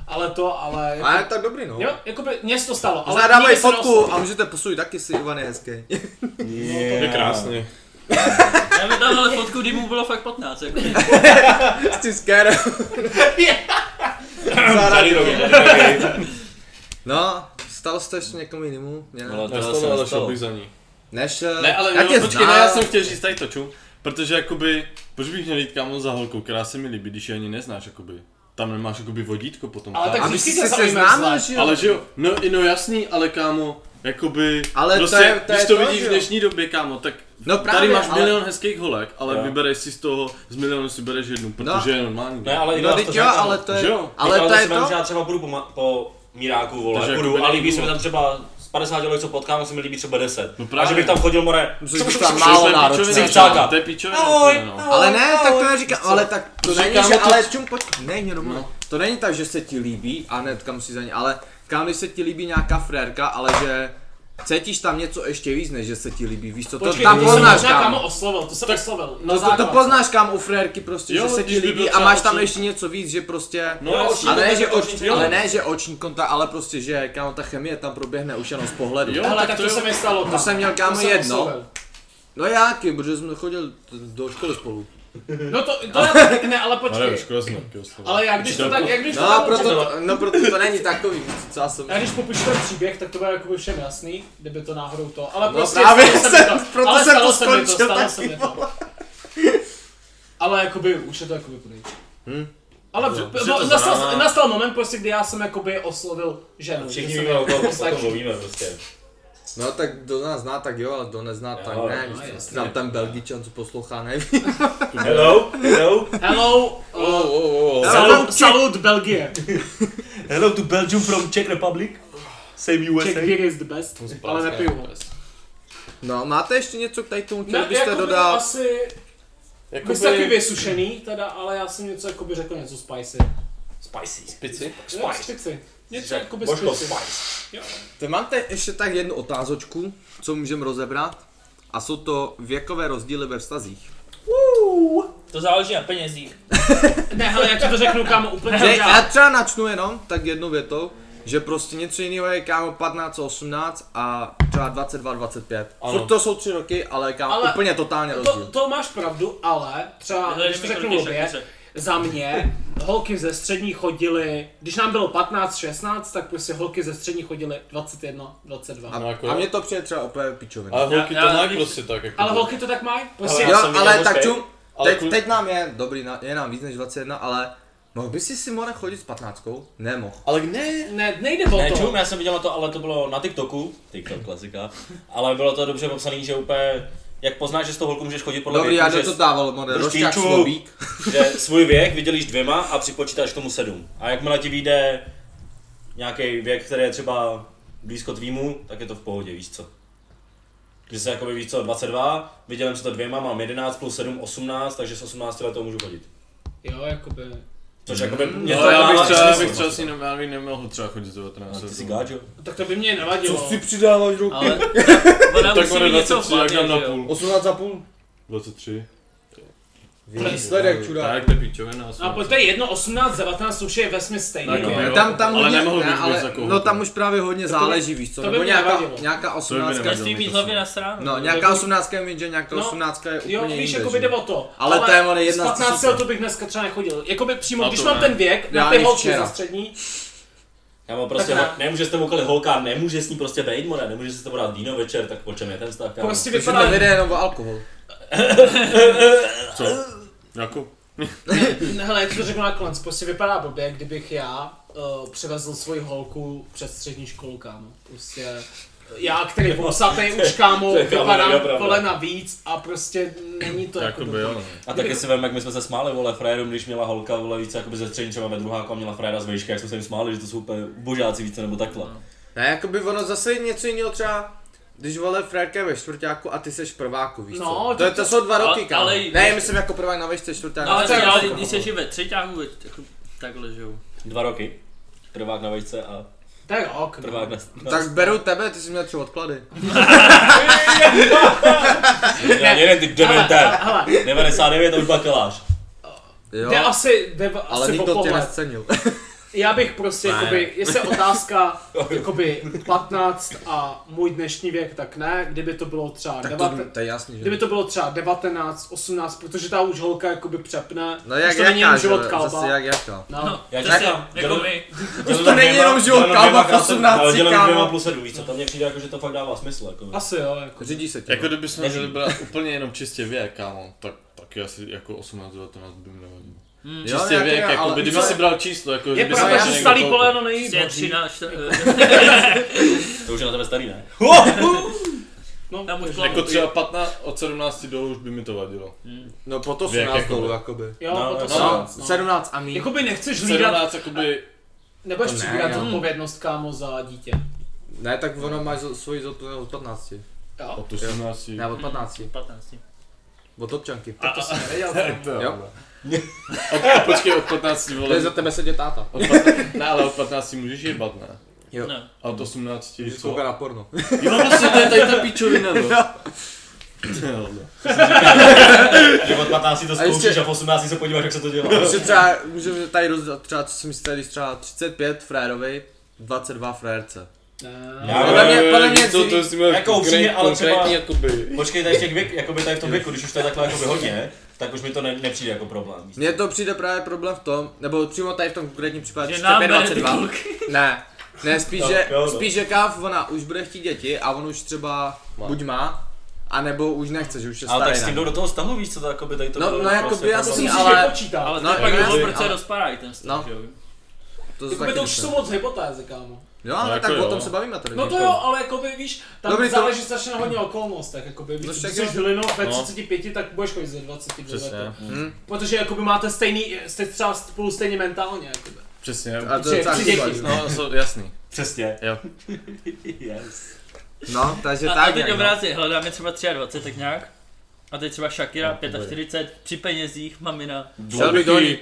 ale to, ale... Jako, Ale tak dobrý, no. jo, jakoby, mně se to stalo, ale... Možná dávají nikdy se fotku neoslovil. a můžete posudit taky si, Ivan je hezký. Je krásný. Já mi tam ale fotku, kdy mu bylo fakt patnáct. Jako. S tím skérem. Tady roky, tady roky. No, stalo se to ještě někomu jinému? Ne, Ale to Nestalo, se ale šel nestalo. bych za ní. Než... Ne, ale já jo, tě počkej, ne, znám. já jsem chtěl říct tady to, ču, protože jakoby, proč bych měl jít kámo za holkou, která se mi líbí, když ji ani neznáš, jakoby. Tam nemáš jakoby vodítko potom. Ale tak Aby vždycky si tě se zaujme seznámil, zvlášť. že jo? Ale že jo, no, no jasný, ale kámo, jakoby, Ale to prostě, je- to je když to to, vidíš že v jo? dnešní době, kámo, tak No tady právě, máš ale- milion hezkých holek, ale Jo. vybereš si z toho, z milionu si bereš jednu, protože No. je normální. Ne, ale No Igor teď to jo, řekl. ale to je... Že jo? Ale to je si vem, to... že já třeba půjdu po, ma- po Míráku, vole, Takže půjdu jakoby a líbí není se mi důvod. tam třeba z padesáti lidí, co potkám, se mi líbí třeba deset. No A právě. že bych tam chodil, more, Což by To tam je málo náročné. píčovina, Cikcáka. to je píčovina, Ahoj, úplně, no. ahoj. Ale ne, tak to ahoj. neříkám, ale tak to Protože není, kámo, že, to- ale čum, pojď, ne, mě domů. No. To není tak, že se ti líbí a ne, kam si za ní, ale kam když se ti líbí nějaká frérka, ale že cítíš tam něco ještě víc, než že se ti líbí, víš co, to Počkej, tam to jsem poznáš možná kámo kam. oslovil, to jsem oslovil. No to, to poznáš kam u frérky prostě, Jo, že se když ti by líbí byl a třeba máš tam oční- ještě něco víc, že prostě, No, jasně. ale ne, že oční- oční, jo. ale ne, že oční kontakt, ale prostě, že kámo ta chemie tam proběhne už jenom z pohledu. Jo. Hele, tak tak to to jo. se mi stalo tam. jsem měl, kámo, To jsem jedno. oslovil. No jaký, protože jsme chodili do školy spolu. No to, to já taky, ne, ale Ale počkej. už škoda jsem taky oslovil. Ale já když to tak, jak když to No tak proto, udělám- to, no proto to není takový, co já jsem... Já když popíšu ten příběh, tak to bude jakoby všem jasný, kdyby to náhodou to, ale No prostě právě stalo se mi jsem- to, proto ale jsem stalo to se mi to, skončil stalo taky, se mi to. Ale jakoby, už je to jakoby pryč. Hm. Ale No, no, že to nastal, znamená- nastal moment prostě, kdy já jsem jakoby oslovil ženu. Všichni že jsem víme, o jako tom, o tom stačí. mluvíme prostě. No tak kdo nás zná, tak jo, ale kdo nezná, tak Jo, ne. no, Víš, jasně. tam ten Belgičan, co poslouchá, neví. Hello, hello, Hello, Oh, uh, oh, oh. salut, salut Belgie. hello to Belgium from Czech Republic. Same U S Czech A. beer is the best, ale nepiju ho. No, máte ještě něco k tady tomu, chtěli Ne, byste jakoby dodat? asi, vy jste taky vysušený teda, ale já jsem něco jakoby řekl něco spicy. Spicy. Spici? Jo, spicy. Něco jakoby Božko, spicy. spice. Jo. To mám tady ještě tak jednu otázočku, co můžeme rozebrat. A jsou to věkové rozdíly ve vztazích. To záleží na penězích. Ne, hele, já ti to řeknu kámo úplně Že, já. já třeba načnu jenom, tak jednou větou, že prostě něco jiného je kámo patnáct osmnáct a třeba dvacet dva dvacet pět. Ano. Furt to jsou tři roky, ale kámo Ale úplně totálně To, rozdíl. to máš pravdu, ale třeba, Hledej když to mi řeknu kroky, blbě, šakice. za mě holky ze střední chodily, když nám bylo patnáct šestnáct, tak prostě holky ze střední chodily dvacet jedna dvacet dva. A, No jako a jo. mně to přijde třeba úplně pičovina. Ale holky Já- to já- mají prostě tak jako. Ale holky to tak mají? Prostě, Ale Jo, já jsem ale viděl tak hezký. čum, Ale teď, kluk- teď nám je, dobrý, na- je nám víc než dvacet jedna, ale mohl by si si mohl chodit s patnáctkou? Nemohl. Ale ne. ne, nejde o Ne, to. čum, já jsem viděl na to, ale to bylo na TikToku, TikTok klasika, ale bylo to dobře popsaný, že úplně, jak poznáš, že s tou holkou můžeš chodit podle Dobrý, věku, já že, to dával, more, Prostě rozťah ču. slobík. že svůj věk vydělíš dvěma a připočítáš k tomu sedm. A jakmile ti vyjde nějaký věk, který je třeba blízko tvýmu, tak je to v pohodě, víš co. Když se jakoby víš co, dvacet dva, vydělím si to dvěma, mám jedenáct plus sedm, osmnáct, takže s osmnácti letou můžu chodit. Jo, jakoby. Což jakoby mě No, to já bych dává třeba, smysl, bych třeba no. si ne- já bych nemohl třeba chodit do devatenáct. Ty jsi gáčo. Tak to by mě nevadilo. přidáváš ruky? Ale ona Tak musí bude mít něco dvacet tři, v jak hlavě, dám že na jo. půl. osmnáct a půl. dvacet tři. Výsledek, čurák. Tak, to je píčovina. A pojď, to je jedno, osmnáct, devatenáct, už je vesměs stejný. Tak jo. jo. Tam, tam Ale hodně, nemohl bych ne, být ale, za koho. no tam už právě hodně záleží, víš co, to by nebo mě nějaká, nevadilo. nějaká osmnáctka, Musí mít hlavě na stranu. no nějaká osmnáctka vím, že nějaká No, osmnáctka je Jo, úplně víš, jinde, jako že? jde o to. Ale to je ono z jedna z patnácti tisíce. letů bych dneska třeba nechodil. Jakoby přímo, A když to mám ne. ten věk, na Já ty ani holky včera. za střední, Já mám prostě, Tak ne. ho- nemůže s tebou kolik holka, nemůže s ní prostě bejt, more, nemůže si s tebou dát víno večer, tak po čem je ten vztah, kámo? prostě Takže vypadá... to jde jenom o alkohol. Co? Jako? Ne, hele, já ti to řeknu nakonec, prostě vypadá blbě, kdybych já uh, přivezl svoji holku před střední školu, kámo. Prostě já, který vousatej už, kámo, To je, kámo, vypadám mega pravda. kolena víc a prostě není to jako Jakoby jo. dobrý. A taky si vem, jak my jsme se smáli, vole, frajerům, když měla holka, vole, více jakoby ze střední, třeba ve druháku a měla frajera z vejšky, jak jsme se jim smáli, že to jsou úplně božáci více nebo takhle. Ne, jakoby ono zase je něco jiného třeba, když vole frérka je ve čtvrťáku a ty seš v prváku, víš No, co? to- To, je, to jsou dva ale- roky, kámo. ale- Ne, myslím jako prvák na vejšce čtvrťáku. No ale to je tak, ale jako- když jsi ve třetíku, jako takhle, že jo. Dva roky. Prvák na vejce a To je rok, prvák no. na... na Tak beru tebe, ty jsi měl tři odklady. Já jeden ty demente. Hele, devadesát devět a už bakalář. Jo, jde asi, jde ale asi po nikdo tě pohled. nescenil. Já bych prostě, Ne. jakoby, jestli je otázka, jakoby patnáct a můj dnešní věk, tak ne, kdyby to bylo třeba Tak to, devatenáct, to je jasný, že? kdyby to bylo třeba devatenáct, osmnáct, protože ta už holka jakoby přepne, No už jak to není jaká, jenom že? život Zase kalba. jak jaká. No. No, Já přesně, říkám, jako dělám- my. Už to není jenom život kalba v osmnácti, dělám kámo. dvěma plus sedm, víš co, tam mně přijde jako, že to fakt dává smysl. Jako. Asi jo, jako. Řídí se tě. Jako kdybychom Nevím. měli brát úplně jenom čistě věk, kámo, tak taky asi jako osmnáct devatenáct by mi nevadilo. Hmm. Jo, Čistě jako věk, já, jako ale by, kdyby co- si bral číslo, jako Je že by se pravda, na že někdo starý koukal. poleno není Prostě boží. třináct, čtyři- To už je na tebe starý, ne? No, Tam už takže- Jako třeba patnáct, od sedmnácti dolů už by mi to vadilo. No po to Věk, osmnáct jakoby. dolů, jakoby. Jo, No, no, to no, jsem- No, no. sedmnáct a mí. Jakoby nechceš hlídat, sedmnáct, jakoby, nebudeš To ne, přibírat jo. zodpovědnost, kámo, za dítě. Ne, tak ono máš zo- svoji zodpovědnost od patnácti. Jo? od osmnácti. Ne, od patnácti. patnáct. Od občanky. Tak to jsem nevěděl, kámo. Jo? Od, počkej, od patnácti To vole. je za tebe sedě táta. Od patnácti, ne, ale od patnácti můžeš jebat, ne? Jo. Ne. A od osmnácti, Můžeš co? koukat na porno. Jo, prostě to je tady ta pičovina, no. Jo, no. Že od patnácti to A zkoušíš ještě- a v osmnácti se podíváš, jak se to dělá. Prostě třeba, můžeme tady rozdělat, třeba co si myslíte, když třeba třicet pět frérovi, dvacet dva frérce. Ne. Já- Podle mě, podle mě, to, to si měl Jako upřímně, ale třeba- konkrétní, jakoby. Počkej, tady v těch věk, jakoby tady v tom věku, když už to je takhle jakoby hodně, tak už mi to ne, nepřijde jako problém. víš co? mně to přijde právě problém v tom, nebo přímo tady v tom konkrétním případě Že třicet nám pět bere dvacet ty dva. kluky. Ne, ne, spíš, No, že, jo, no. spíš, že káv, ona už bude chtít děti a on už třeba Má. buď má, anebo už nechce, že už je Ale tak starý s tím na jdou ně. do toho vztahu, víš co, to jakoby tady to No, bylo no, jako prostě by tam jasný, To bylo- musíš ale- vypočítat. Ale to No, je pak jasný, důvod, proč ale- se rozpadají ten vztah, No. že jo? To Jakoby taky to už myslím. jsou moc hypotézy, kámo. Jo, ale No, tak jako o jo. tom se bavíme tady. No to jo, ale jakoby víš, tam Dobrý, to- záleží strašně na hodně okolnostech, jakoby No když však jsi jo. hlino ve No. třiceti pěti, tak budeš chodit ze dvaceti Přesně, Hm. Protože jakoby máte stejný, jste třeba spolu stejně mentálně, jakoby. přesně. A to Tři- je tři taky děti. vadí. No, jsou jasný. Přesně. Jo. Yes. No, takže A, a tak teď nějak, no. obráceně, hledáme třeba dvacet tři tak nějak. A teď třeba Shakira, No, čtyřicet pět, při penězích, mamina. Shelby Donny.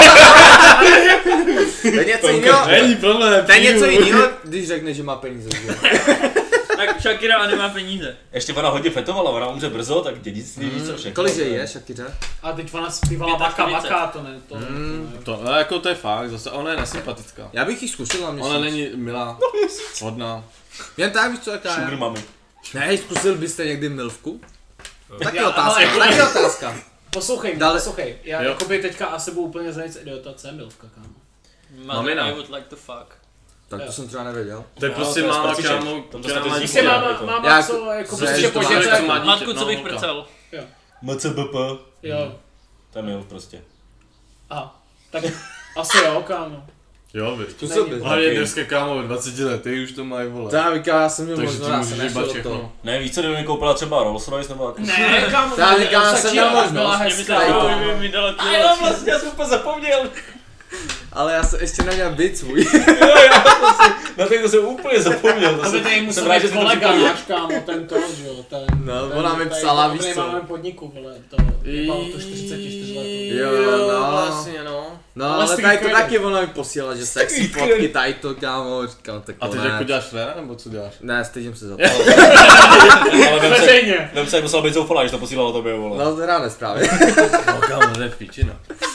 To je něco jiného. Není problém, To je něco přijdu. jiného, když řekne, že má peníze. že jo. Tak Shakira a nemá peníze. Ještě ona hodně fetovala, ona umře brzo, tak dědictví víš co všechno. Kolik je, Shakira? A teď ona zpívala Vaka čtyřicet. Vaka, to ne, to, Mm. to ne. To, no, jako to je fakt, zase ona je nesympatická. Já bych ji zkusil na měsíc. Ona není milá, hodná. Jen tak víš co, jaká Sugar je. mami. Ne, zkusil byste někdy milvku? Taky Já- otázka, ale- taky otázka. Poslouchej mě, Dále- poslouchej. Já Jo. jakoby teďka asi budu úplně znajít idiota, co je milvka, kámo. Mother, Mamina. I would like to fuck. Tak to Jo. jsem třeba nevěděl. To je No, prostě to je máma, zpátky kámo, čet. Tam to která se má teď Prostě zjistí. dítě. máma, jako. máma Já- co, jako že prostě to má- poděte, že to má dítě, Matku, co no, bych holka. prcel. M C B P. Jo. To je mil prostě. Aha, tak asi jo, kámo. Jo, víš. Zkusil bys. Ale je dneska kámo, ve dvaceti letech už to mají, vole. To já říkám, já jsem měl Takže možnost, ti já můžeš jsem jebat nešel do všechno. toho. Ne, víš co, kdyby mi koupila třeba Rolls Royce nebo jako... Ne, kámo, Já říkám, já jsem stačí, měl aby možnost. byla Mě by hezká. Tady to. to by mi dala A jo, vlastně, já jsem úplně zapomněl. Ale já jsem ještě neměl byt svůj. Jo, já vlastně, na to jsem úplně zapomněl. To by tady jsem musel rád, být že jsi mi to kolega připomněl. náš, kámo, ten to, že jo, ten... No, ten, ona mi tady psala, v víš co. prodejnovém podniku, vole, to jebalo to čtyřicet čtyři letů. Jo, no. vlastně, no. No, Ale ale stejný tady to credit. taky ona mi posílala, že sexy fotky, tady to, kámo, říkám, tak A to teď ne. jako děláš fréra, nebo co děláš? Ne, stydím se za to. Ale vem se, Veřejně. vem se, jak musela být zoufalá, když to posílala tobě, vole. No, to rád nesprávě. No kámo, to je pičina.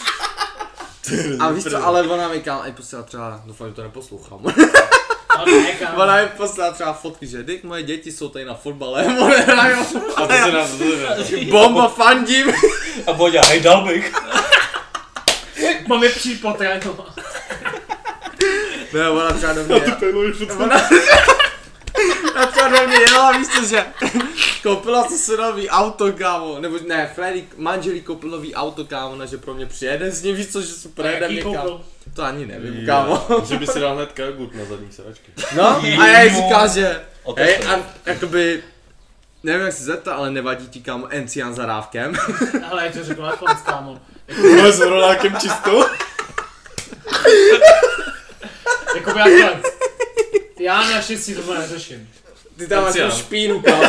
A víš co, ale ona mi kámo, i posílala třeba, doufám, že to neposlouchám. Ale ne, kámo. Ona mi poslala třeba fotky, že dyk, moje děti jsou tady na fotbale, one hrajou. A to se nás dozvěděl. Bomba, fandím. A Boďa, hej, dal bych. Mám je přijít potrénovat. Ne, ona třeba do mě, ona, ona třeba do mě jela, víš co, že koupila si se nový auto, kámo, nebo ne, Freddy, manželí koupil nový auto, kámo, na že pro mě přijede s ním, víš co, že se projede Jaký mě, kámo. koupil? To ani nevím, kámo. Že by si dal hnedka jogurt na zadní sedačky. No, a já jí říká, že, O to hej, je. a jakoby, nevím jak se zeptat, ale nevadí ti, kámo, Encián za rávkem. Hele, já ti to řeknu nakonec, kámo. Vole s rolákem čistou. Jakoby nakonec. Já naštěstí tohle neřeším. Ty tam máš Encián. tu špínu, kámo.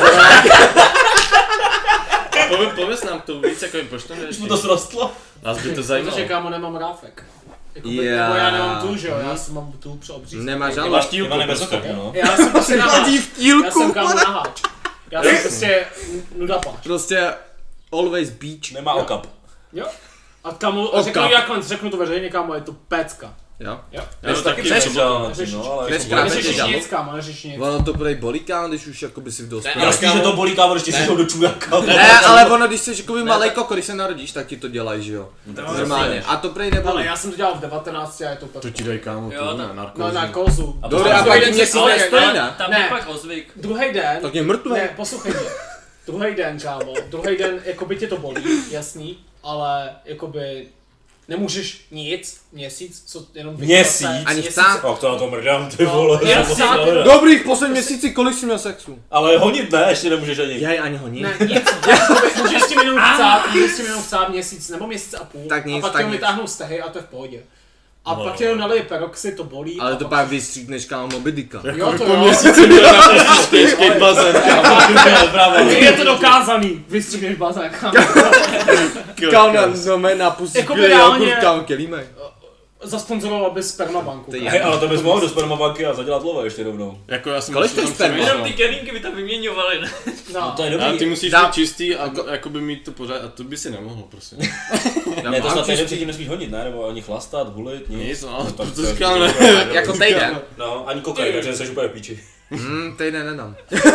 Pověz, pověz nám to víc, jako jim proč to Už mu to srostlo. Nás by to zajímalo. Protože, kámo, nemám rávek. Jakoby, Já. Nebo já nemám tu, že jo, já jsem mám tu přeobřízku. Nemáš Ivan, žádnou Máš tílku Ivan je bez prostě. okopy, no. Já jsem prostě naháč. Chodí v Já tílku, jsem kámo naháč. Já jsem prostě nudapáč. prostě always beach. Nemá okap. Jo? A kámo, Okap. řeknu, jak řeknu to veřejně, kámo, je to pecka. Jo? Jo. Já to taky Chceš? přemýšlel nad tím, Řešiš. no, ale... Chceš jako- krát? Neřešíš žalud? nic, kámo, neřešíš nic. Ono to bude bolí, kámo, když už jakoby si v dospělém. Jasný, že to bolí, kámo, když ti šel do čůraka. Ne, ale ono, když jsi jakoby malej koko, když se narodíš, tak ti to dělají, že jo? No, Normálně. A to prej Ale nebolí. já jsem to dělal v devatenácti a je to To úplně... ti dají kámo, Jo, tu ne, tak- narkózu. No na kozu. A Dobrý, a Druhý pak den ti se měsíc ale nestojí, stane- ne? Tam Ne. je pak ozvyk. Druhý den... Tak je mrtvý. Ne, poslouchej mě. Druhý den, kámo, druhý den, jakoby tě to bolí, jasný, ale jakoby nemůžeš nic, měsíc, co jenom Měsíc? Ani chcát. Ach, to na to mrdám, ty No, vole. já to chcát- musím Dobrých poslední měsíci, kolik jsi měl sexu? Ale honit ne, ještě nemůžeš ani. Já ani ho nic. Ne, nic, jakoby, můžeš s tím jenom chcát, můžeš s tím jenom chcát měsíc, nebo měsíc a půl, Tak nic, a pak tak jenom nic. vytáhnou stehy a to je v pohodě. A No. pak tě jenom nalije peroxy, to bolí. Ale a to pak vystříkneš, kámo, Moby Dicka. Jo, to Po jo. měsíci mi to napustíš těžký bazén, kámo. Je to dokázaný, vystříhneš bazén, kámo. Kámo, na, no mé napustíš, Jakoby kde reálně- jogurt, kámo, kelímek. Zasponzoroval bys Spermabanku. To je- kámo. Hej, ale to bys mohl do spermabanky a zadělat love ještě rovnou. Jako já jsem Kolik tam stojí sperma? přemýšlel. Jenom ty kelímky by tam vyměňovali, ne? No. To je A ty dobrý. musíš Dá- být čistý a jakoby mít to pořád, a to by si nemohl, prosím. Ne, to snad týden předtím nesmíš honit, ne? Nebo ani chlastat, hulit, nic. Nic, no, tak to to je- říkám, ne. Jako týden. No, ani kokain, takže jsi úplně v píči. Hmm, týden nedám.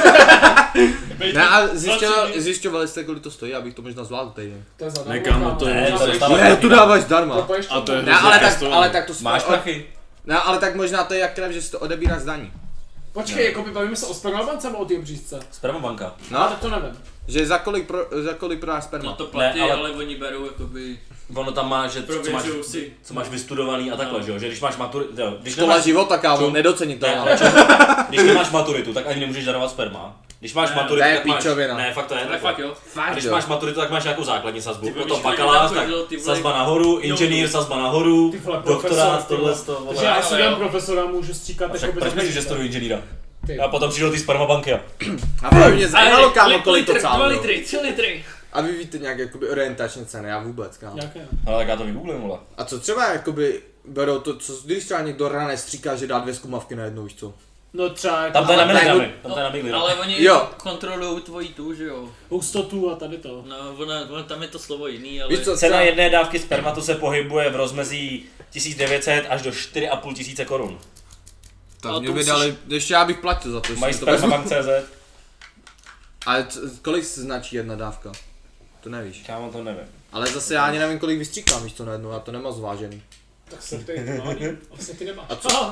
Ne, a zjišťovali, zjišťovali jste, kolik to stojí, abych to možná zvládl týden. To je zadarmo, Ne, kámo, to je- Ne, to to je dostáváš Ne, taky, tu no. dáváš zdarma. A to je Ne, ale tak, zakastovaný. ale tak to Máš o- prachy? Ne, ale tak možná to je jak krev, že si to odebíráš z daní. Počkej, jako by bavíme se o spermabance nebo o té břízce? Spermabanka. No, No, tak to nevím. že za kolik, pro, za kolik prodáš No sperma. to platí, Ne, ale- ale... ale oni berou jakoby... Ono tam má, že co máš, Prověřují si. co máš vystudovaný a takhle, No. že jo? Že když máš maturitu, jo, když Škola nemáš, života, kámo, Čo? nedocení to. ne, ale čo, když nemáš maturitu, tak ani nemůžeš darovat sperma. Když máš Ne, maturitu, to je tak máš, píčovina. ne, fakt to je Ale takhle. fakt jo. A Fakt, když jo. máš maturitu, tak máš nějakou základní sazbu, Ty vole, potom když kolik bakalář, tam tak chodil, ty vole, sazba nahoru, inženýr, sazba nahoru, Ty vole, profesor, doktorát, ty vole. tohle, to, Takže já vole. si jo, dám jo. profesora, můžu stříkat Však jakoby proč za myslíš, že měsíc. studuji inženýra? Ty. A potom přijdou ty spermabanky a A právě mě zajímalo, kámo, kolik to Dva cálo. litry, tři litry. A vy víte nějak jakoby orientační ceny, já vůbec, kámo. Nějaké. ale tak já to vygooglím, vole. A co třeba jakoby berou to, co, když třeba někdo ráno stříká, že dá dvě zkumavky najednou, víš co? No třeba jako Tam to je na Ale miligramy, tak- tam to je na miligramy. Ale oni Jo. kontrolují tvoji tu, že jo. hustotu a tady to. No, ona, ona, tam je to slovo jiný, ale... Víš co, Cena třeba- jedné dávky spermatu se pohybuje v rozmezí tisíc devět set až do čtyři a půl tisíce korun. Tak Ale mě to by musíš- dali, ještě já bych platil za to, že Mají si to vezmu. spermabank tečka cé zet. Ale c- kolik se značí jedna dávka? To nevíš. Kámo, to nevím. Ale zase já ani nevím, kolik vystříkám, víš co, najednou, já to nemám zvážený. Tak se ty, no, vlastně ty nemáš. A co?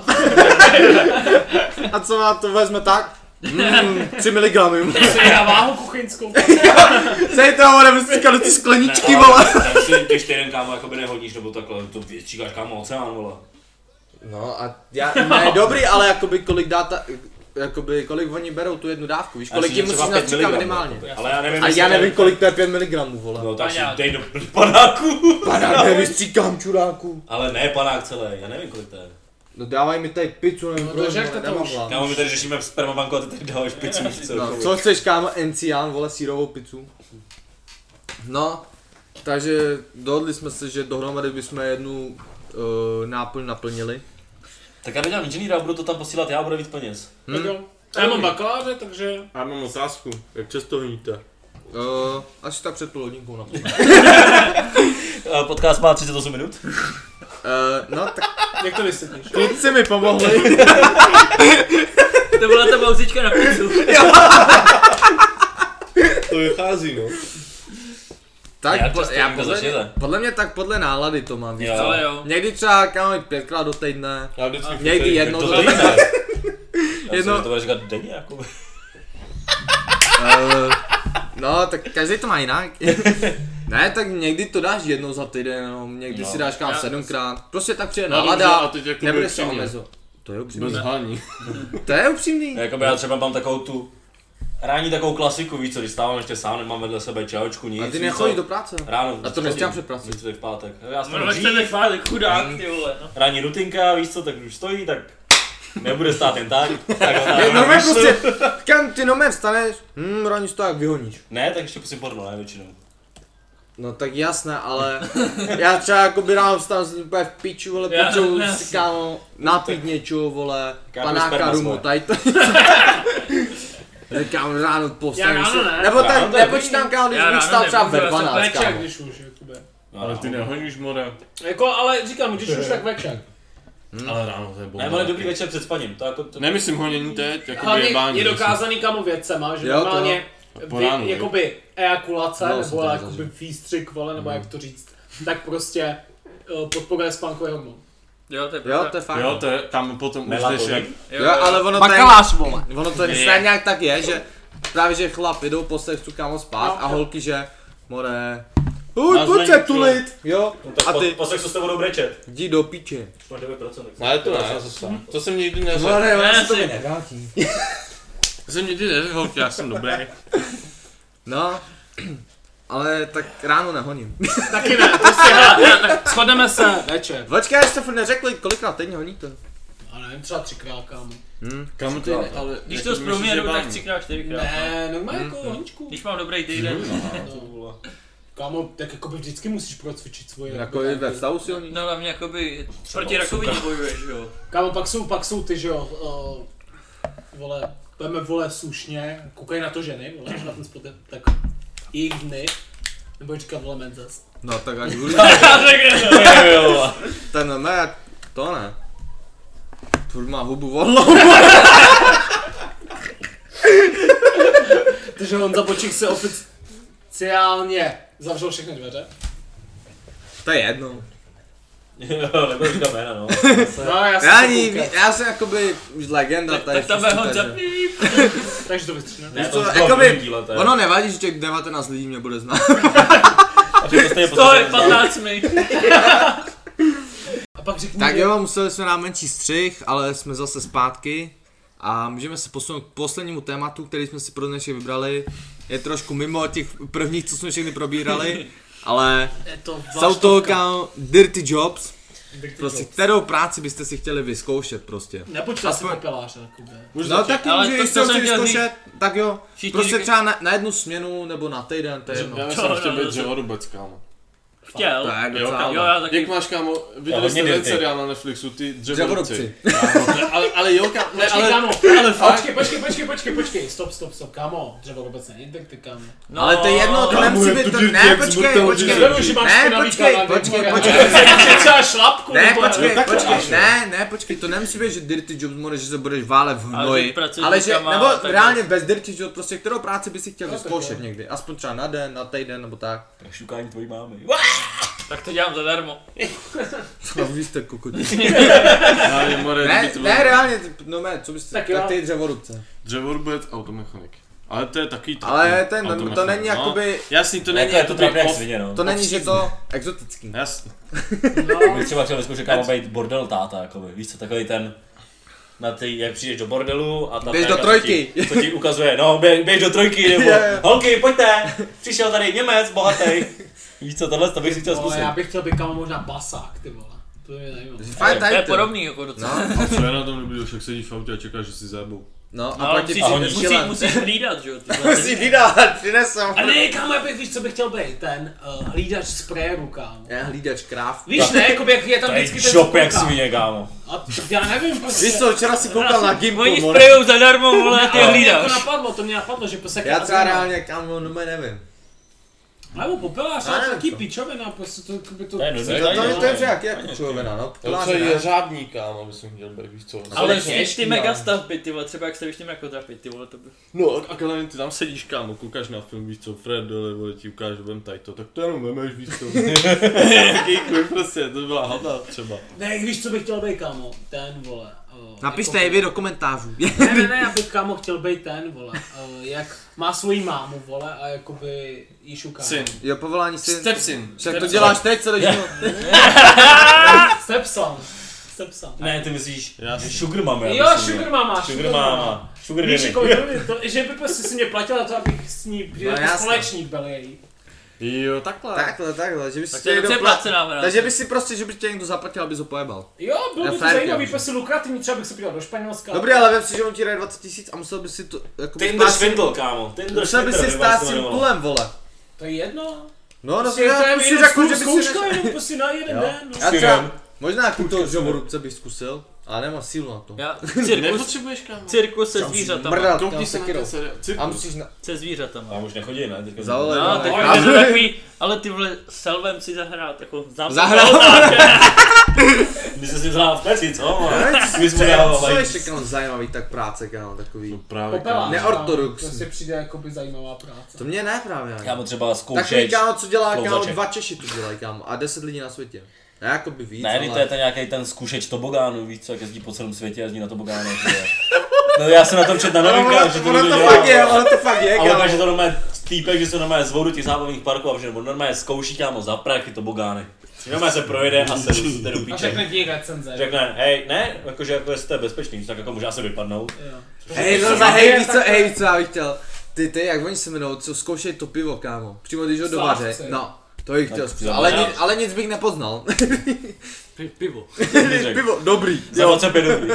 A co má to vezme tak? Mm, tři miligramy. Já váhu kuchyňskou. Sej to, bude vystříkat do ty skleničky, Ne, vole. ale tam si když týden, kámo, jakoby nehodíš, nebo takhle, to vystříkáš, kámo, oceán, vole. No a já, ne, dobrý, ale jakoby kolik dá ta, jakoby kolik oni berou tu jednu dávku, víš, kolik Asi, jim že musíš třeba pět nastříkat miligramů, minimálně. jakoby. Ale já nevím, A jestli já to je- nevím, kolik to je pět miligramů, vole. No tak si Paňák. dej do panáku. Panák nevystříkám, čuráku. Ale ne panák celé, já nevím, kolik to je. No dávaj mi tady pizzu, nevím, No to proč, jak to vole, to nemám už? hlad. Kámo, my tady řešíme spermabanku a ty tady dáváš pizzu, víš co? No, jakoby. co chceš, kámo, encián, vole, sírovou pizzu. No, takže dohodli jsme se, že dohromady bychom jednu uh, náplň naplnili. Tak já nedělám inženýra, budu to tam posílat, já budu víc peněz. Tak jo. Já mám bakaláře, takže... Já mám otázku, jak často honíte? Uh, asi tak před půl hodinkou na to. Eh, Podcast má třicet osm minut. Uh, no, tak Jak to vysvětlíš? kluci mi pomohli. To byla ta pauzička na pizzu. To vychází, no. Tak, Jak po, často já jim to podle, začnete? podle mě tak podle nálady to mám, víš Jo. co? Ale jo. Někdy třeba, kámo, pětkrát do týdne. Já vždycky Někdy chytej- jednou To do tady týdne. ne. Já Jedno- jsem to bude říkat denně, jako. Uh, no, tak každý to má jinak. Ne, tak někdy to dáš jednou za týden, no, někdy No. si dáš kámo Já- sedmkrát. Prostě tak přijde No, dobře, nálada, a teď jakoby nebude se upřímně. omezovat. To je upřímný. Bez hání. To je upřímný. Jakoby já třeba mám takovou tu rání takovou klasiku, víš co, když stávám ještě sám, nemám vedle sebe čajočku, nic. A ty víš nechodíš co? do práce. Ráno. A to nestíhám před prací. Víc v pátek. Já jsem No, dřív, ten chválek, chudák, ty vole, no. ranní rutinka, víš co, tak už stojí, tak nebude stát jen tak. tak ho tam Je, normálně vyšlu. prostě, kam ty normálně vstaneš, hm, raní to jak vyhoníš. Ne, tak ještě pusím porno, ne, většinou. No tak jasné, ale já třeba jakoby ráno vstanu jsem úplně v piču, vole, Já- potřebuji jasně. si kámo napít něčeho, vole, Kámo, panáka sperma rumu, svoje. tady to. Kámo, ráno povstanu Já ráno si- ne. Nebo Ráno tak to je nepočítám, kámo, když Já bych ráno vstal třeba nemůžu, ve já jsem dvanáct, Večer, kámo. když už, jakoby. No, Ale no. ty nehoníš more. Jako, ale říkám, když už tak večer. Hmm. Ale ráno to je bomba. Ne, ale dobrý večer před spaním. To jako, to... Nemyslím honění teď, jako Hlavně jebání. je dokázaný kamo vědcema, že Jo, to- normálně po vy, ránu, jakoby ejakulace, No, jsem nebo to jakoby zažil. výstřik, vole, nebo jak to říct, tak prostě uh, podporuje spánkový hormon. Jo, to je Jo, pravda. to je fakt. Jo, to je, tam potom už jdeš Melatonin? jak... Jo, ale ono to Bakalář, vole. ono to Je. stejně nějak tak je, že právě že chlap jdou po sexu kámo spát No, a jo. holky, že more... Uj, Nás pojď se není tulit! Jo, No, tak a po, ty po sexu s tebou budou brečet. jdi do piče. Máš devět procent. Ale to ne, to jsem nikdy neřekl. No ne, Ne, ono se to si- mi nevrátí. To jsem nikdy neřekl, holky, já jsem dobrý. No, ale tak ráno nehoním. Taky ne, prostě hele, tak shodneme se večer. Počkej, jste furt neřekli, kolikrát týdně honíte? A nevím, třeba třikrát, kámo. Hm. Kam ty, ale... Když jako to z myslíš, průměru, že tak bání? třikrát, čtyřikrát. Ne, normálně Hmm, jako honičku. Když mám dobrý týden. No. Kámo, tak jako by vždycky musíš procvičit svoje... Jako i ve vztahu si honí? No hlavně jakoby proti rakovině bojuješ, jo. Kámo, pak jsou, pak jsou ty, že jo, uh, vole, budeme vole slušně, koukaj na to ženy, vole, na ten spot, tak jejich dny, nebo říkat vole menzes. No tak ať budu. Jo, Ten ne, to ne. Furt má hubu volnou. Takže Honza Bočík se oficiálně zavřel všechny dveře. To je jedno. jo, nebudu říkat jména, no. No, já jsem Já, se ani, koukal. já jsem jakoby už legenda Tak, tady. tak tam bude všechno, Honza takže- píp. Takže to vystřihne. Ne, to to bylo bylo v jakoby- prvním díle, to je. Ono nevadí, že těch devatenáct lidí mě bude znát. A že to stejně To je poslední. patnáct mi. A pak řekni Tak mi- jo, museli jsme na menší střih, ale jsme zase zpátky. A můžeme se posunout k poslednímu tématu, který jsme si pro dnešek vybrali. Je trošku mimo těch prvních, co jsme všechny probírali, ale je to jsou to kam dirty jobs, Dirty prostě jobs. kterou práci byste si chtěli vyzkoušet prostě. Nepočítal si Aspoň- popeláře, jakoby. No tak ale může, to, jestli co ho jsem chci chtěl vyzkoušet, tak jo, Všichni prostě říkají- třeba na, na jednu směnu nebo na týden, to je jedno. Já To, jsem chtěl no, být to- dřevorubec, kámo. Chtěl. To je Jo, docela. kámo. Jo, já taky. Jak máš, kámo, viděli hodně jste ten dirty. seriál na Netflixu, ty dřevorubci. Dřevorubci. Kámo, ne, ale, ale jo, kámo, ne, Počkej, ale, kámo, ale fakt. počkej, počkej, počkej, počkej, počkej, stop, stop, stop, kámo, dřevorubec není dirty, kámo. No, Ale to je jedno, to kámo, nemusí je být to to, dirty ne, jak počkej, smrtelný počkej, zvěř. Neberu, že máš ne, špinavý počkej, kanál, počkej, nebo počkej, já- třeba šlapku, ne, nebo- počkej, takhle počkej, máš, jo. ne, ne, počkej, to nemusí být, že dirty job může, že se budeš válet v Ale hnoji, že pracuješ ale že, rukama, nebo tak reálně bez dirty job, prostě kterou práci by si chtěl No, tak vyzkoušet jo. někdy, aspoň třeba na den, na týden, nebo tak. Tak šukání tvojí mámy. Tak to dělám zadarmo. No, vy jste kokoti. Ale more, Ne, kdyby to ne, bylo reálně, no ne, co byste, Tak tak, jo. tak ty dřevorubce. dřevorubec, automechanik. Ale to je takový trapný. Ale ten, to automechanik, není no. jakoby, Jasný, to není Jako je to jakoby trapné jak off- svině, no. to není, že to exotický. Jasný. No, Bych třeba chtěl vyzkoušet kámo být bordel táta, jakoby. Víš co, takový ten, na ty, jak přijdeš do bordelu a ta Běž do fréka, co trojky. ti, co ti ukazuje, no bě, běž do trojky, nebo Jo, jo. holky, pojďte, přišel tady Němec, bohatý. Víš co, tohle to bych si chtěl vole, zkusit. já bych chtěl být kámo možná basák, ty vole. To je zajímavé. Fajn To je title. podobný jako docela. No, A co je na tom dobrý, však sedíš v autě a čekáš, že si zajebou. no, No, a ale pak ti musíš, a přijde oni- musíš, šílen. musíš hlídat, že jo. ty Musí vydat, přinesem. A ne, kámo, já bych, víš, co bych chtěl být, ten uh, hlídač sprayerů, kámo. Já hlídač kráv. Víš, ne, jako jak je tam To je vždycky ten šop jak kouká. svině, kámo. A t- já nevím, prostě. Víš co, včera si koukal na Gimpu, Oni more. sprejou zadarmo, vole, ty Ale mě jako hlídáš. napadlo, to mě napadlo, že prostě... Já třeba reálně, kámo, no nevím. Nebo popelář, Já ale nevím, taky co. pičovina, prostě to, by to... To je dobrý. To, to, to, to je no. však, jak člověna, no. To, co je řádní, kámo, bys chtěl být, víš co. Ale Ještě, víš ty no. mega stavby, ty vole, třeba jak se víš ty jako trapit, ty vole, to by... No a Kalani, ty tam sedíš, kámo, koukáš na film, víš co, Fred dole, vole, ti ukáže, vem tady to, tak to jenom vemeš, víš co. Jaký klip prostě, to byla hada třeba. Ne, víš, co bych chtěl být, kámo? Ten, vole. Uh, Napište je vy do komentářů. Ne, ne, ne, já bych, kámo, chtěl být ten, vole. Uh, jak má svoji mámu, vole, a jakoby jí šuká. Syn. Jo, povolání si. Stepsyn. Však to děláš teď celý život. Stepson. Stepson. Ne, ty myslíš, Jasně. že Sugar Mama. já Jo, myslím, Sugar Mama, Sugar Mama. Sugar Víš, Daddy. jako, to, to, že by prostě si mě platila to, abych s ní No, jako jasně. společník byl její. Jo, takhle. Takhle, takhle, že bys Tak si to je někdo docela plat... placená práce. Takže by si prostě, že by tě někdo zaplatil, aby ho pojebal. Jo, bylo Já by to fair, zajímavý, kámo. prostě lukrativní, třeba bych se podíval do Španělska. Dobrý, ale vem si, že on ti daje dvacet tisíc a musel by si to jako Tinder Svindl, kámo. Tinder musel by Svindl, si nebo jak stát se s tím jmenovalo. tulem, vole. To je jedno. No, no, Prostě já to je prostě jenom řekl, že zkouš- by si zkouška, nešel. jenom prostě na jeden Jo. den. No. Já třeba, možná jako to dřevorubce bych zkusil. Ale nemám sílu na to. Já, cirkus, Nepotřebuješ, kámo. cirkus se zvířatama. Mrdat, Koukni kámo, se na sekirou. ten seriál. A Cirkus. musíš na... Se zvířatama. A už nechodí, ne? Teďka Zavolej, No, no, teď ne. je to takový, ale ty vole, selvem si zahrát, jako znám Zahrát? Ty jsi si vzal v peci, co? My jsme dávali. Co ještě kámo zajímavý tak práce, kámo, takový. No právě, Popelář. kámo. Neortodoxní. To se přijde jakoby zajímavá práce. To mě ne právě. Já mu třeba Takový zkoušeč. kámo, co dělá kámo, klouzaček. dva Češi to dělají kámo a deset lidí na světě. Ne, jakoby víc, Ne, ale... to je ten nějaký ten zkušeč tobogánu, víš co, jak jezdí po celém světě, jezdí na tobogánu. No já jsem na tom čet na novinkách, že to ono někdo to dělá. fakt je, ono to fakt je, Ale kámo. že to normálně týpek, že se normálně zvou do těch zábavních parků a že normálně zkouší kámo za prachy tobogány. Normálně se projede a se jde do A píče. řekne ti recenze. Řekne, hej, ne, jakože jako jestli to je bezpečný, tak jako může asi vypadnout. Jo. Hej, no za hej, víš co, hej, víc co já bych chtěl. Ty, ty, jak oni se jmenou, co zkoušej to pivo, kámo. Přímo když ho dovaře, Slávce. no. To bych chtěl Tak zkusit, ale, zabařáš. nic, ale nic bych nepoznal. Pi- pivo. Pivo, dobrý, Za jo. dvacet pět dobrý.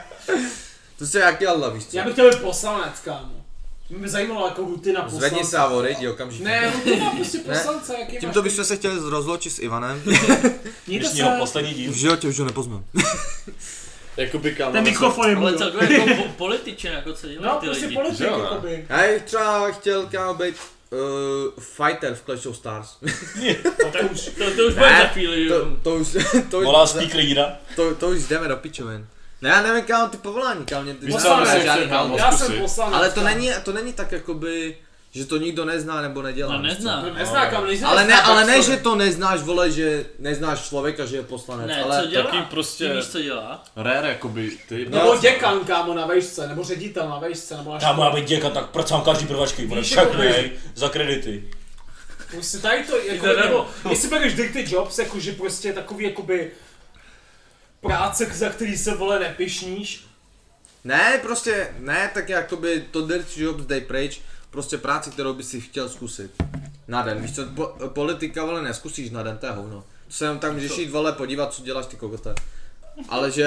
To se jak dělala, víš co. Já bych chtěl být poslanec, kámo. Mě by zajímalo jako rutina poslance. Zvedni se a odejdi okamžitě. Ne, rutina prostě poslance, jaký Tímto máš... bychom se chtěli rozloučit s Ivanem. Mějte Dnešního se... poslední díl. V životě už ho nepoznám. Jakoby, kámo. Ten mikrofon je můj. Ale celkově jako po- političen, jako co dělají No, ty prostě lidi. politik, Že jo, ne? jakoby. Hej, třeba chtěl kámo být uh, fighter v Clash of Stars. To už... To, to už bude za chvíli, to, jo. to už, to už, Volá speaker Jíra. to, to už jdeme do pičovin. Ne, já nevím kámo ty povolání, kámo, mě ty Víš co, Poslanec, já žádný jsem kámo, kámo. Já zkusit. jsem poslanec. Ale to kámo. není, to není tak jakoby, že to nikdo nezná nebo nedělá. No víš co? nezná. No, nezná, kámo, nejsi Ale ne, nezná, ale tak ne, co- že to neznáš, vole, že neznáš člověka, že je poslanec, Ne, ale co dělá? taky prostě- Ty víš, co dělá? Rare, jakoby, ty. Nebo děkan, kámo, na vejšce, nebo ředitel na vejšce, nebo až... Tam má být děka, tak pracám každý prvačky, bude Víš, všechny, jakoby- hej, za kredity. Prostě tady to, jako, Jde nebo, jestli bereš Dirty Jobs, jakože prostě takový, jakoby, práce, za který se, vole, nepišníš. ne, prostě, ne, tak jakoby to dirty jobs dej pryč, prostě práci, kterou by si chtěl zkusit. Na den, víš co, po, politika, vole, neskusíš na den, to je hovno. To se jenom tak můžeš jít, vole, podívat, co děláš ty kokote. Ale že...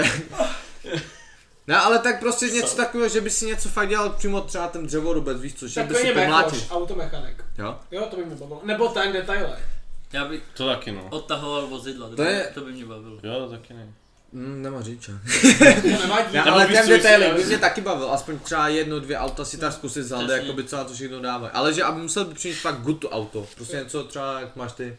Ne, ale tak prostě něco takového, že by si něco fakt dělal přímo třeba ten dřevorubec, víš co, že by si Takový pomlátil. mechoš, automechanik. Jo? Jo, to by mě bavilo. Nebo ten detailer. Já bych To taky no. odtahoval vozidla, to, To by, je- to by mě bavilo. Jo, taky ne. Mm, nemá říče. To nevadí. Ne, Nebo ale víš, ten co bys detailing si- by mě taky bavil, aspoň třeba jedno, dvě auta si tak zkusit zalde, Přesně. jakoby co na to všechno dávají. Ale že aby musel by přinést fakt good to auto, prostě něco třeba jak máš ty.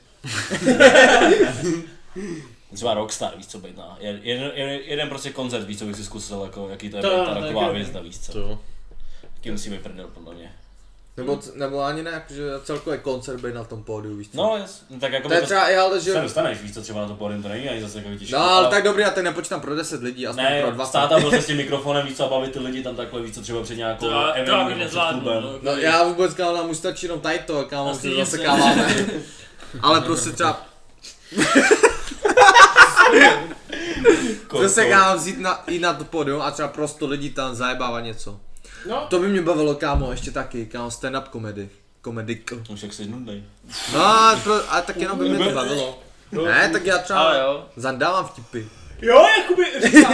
Třeba Rockstar, víš co být na. Jeden, jeden, jeden prostě koncert, víš co bych si zkusil, jako jaký to je To- být ta to je taková dobrý. hvězda, víš co. To. Taky musí být prdel podle mě. Nebo, nebo ani ne, jakože celkově koncert být na tom pódiu, víš co. No, jas, no tak jako To je to třeba i ale, že... se dostaneš, víš co, třeba na to pódium, to není ani zase jako těžké. No ale tak dobrý, já teď nepočítám pro deset lidí, aspoň Ne, pro dvacet. stát tam prostě s tím mikrofonem, víš co, a bavit ty lidi tam takhle, víš co, třeba před nějakou To, já- to já Evening bych nebo před nezvládnu. klubem. no, No já vůbec kámo, nám už stačí jenom tady to, kámo, Asi se nic zasekáváme. Ale prostě třeba, zase kámo vzít na, jít na to pódium a třeba prostě lidi tam zajebávat něco. No, To by mě bavilo kámo, ještě taky, kámo stand-up komedy. Komedik. Už jak jsi nudnej. No, ale, pro, ale tak jenom by mě to bavilo. Ne, tak já Ale třeba jo. zandávám vtipy. jo, jakoby, říkám.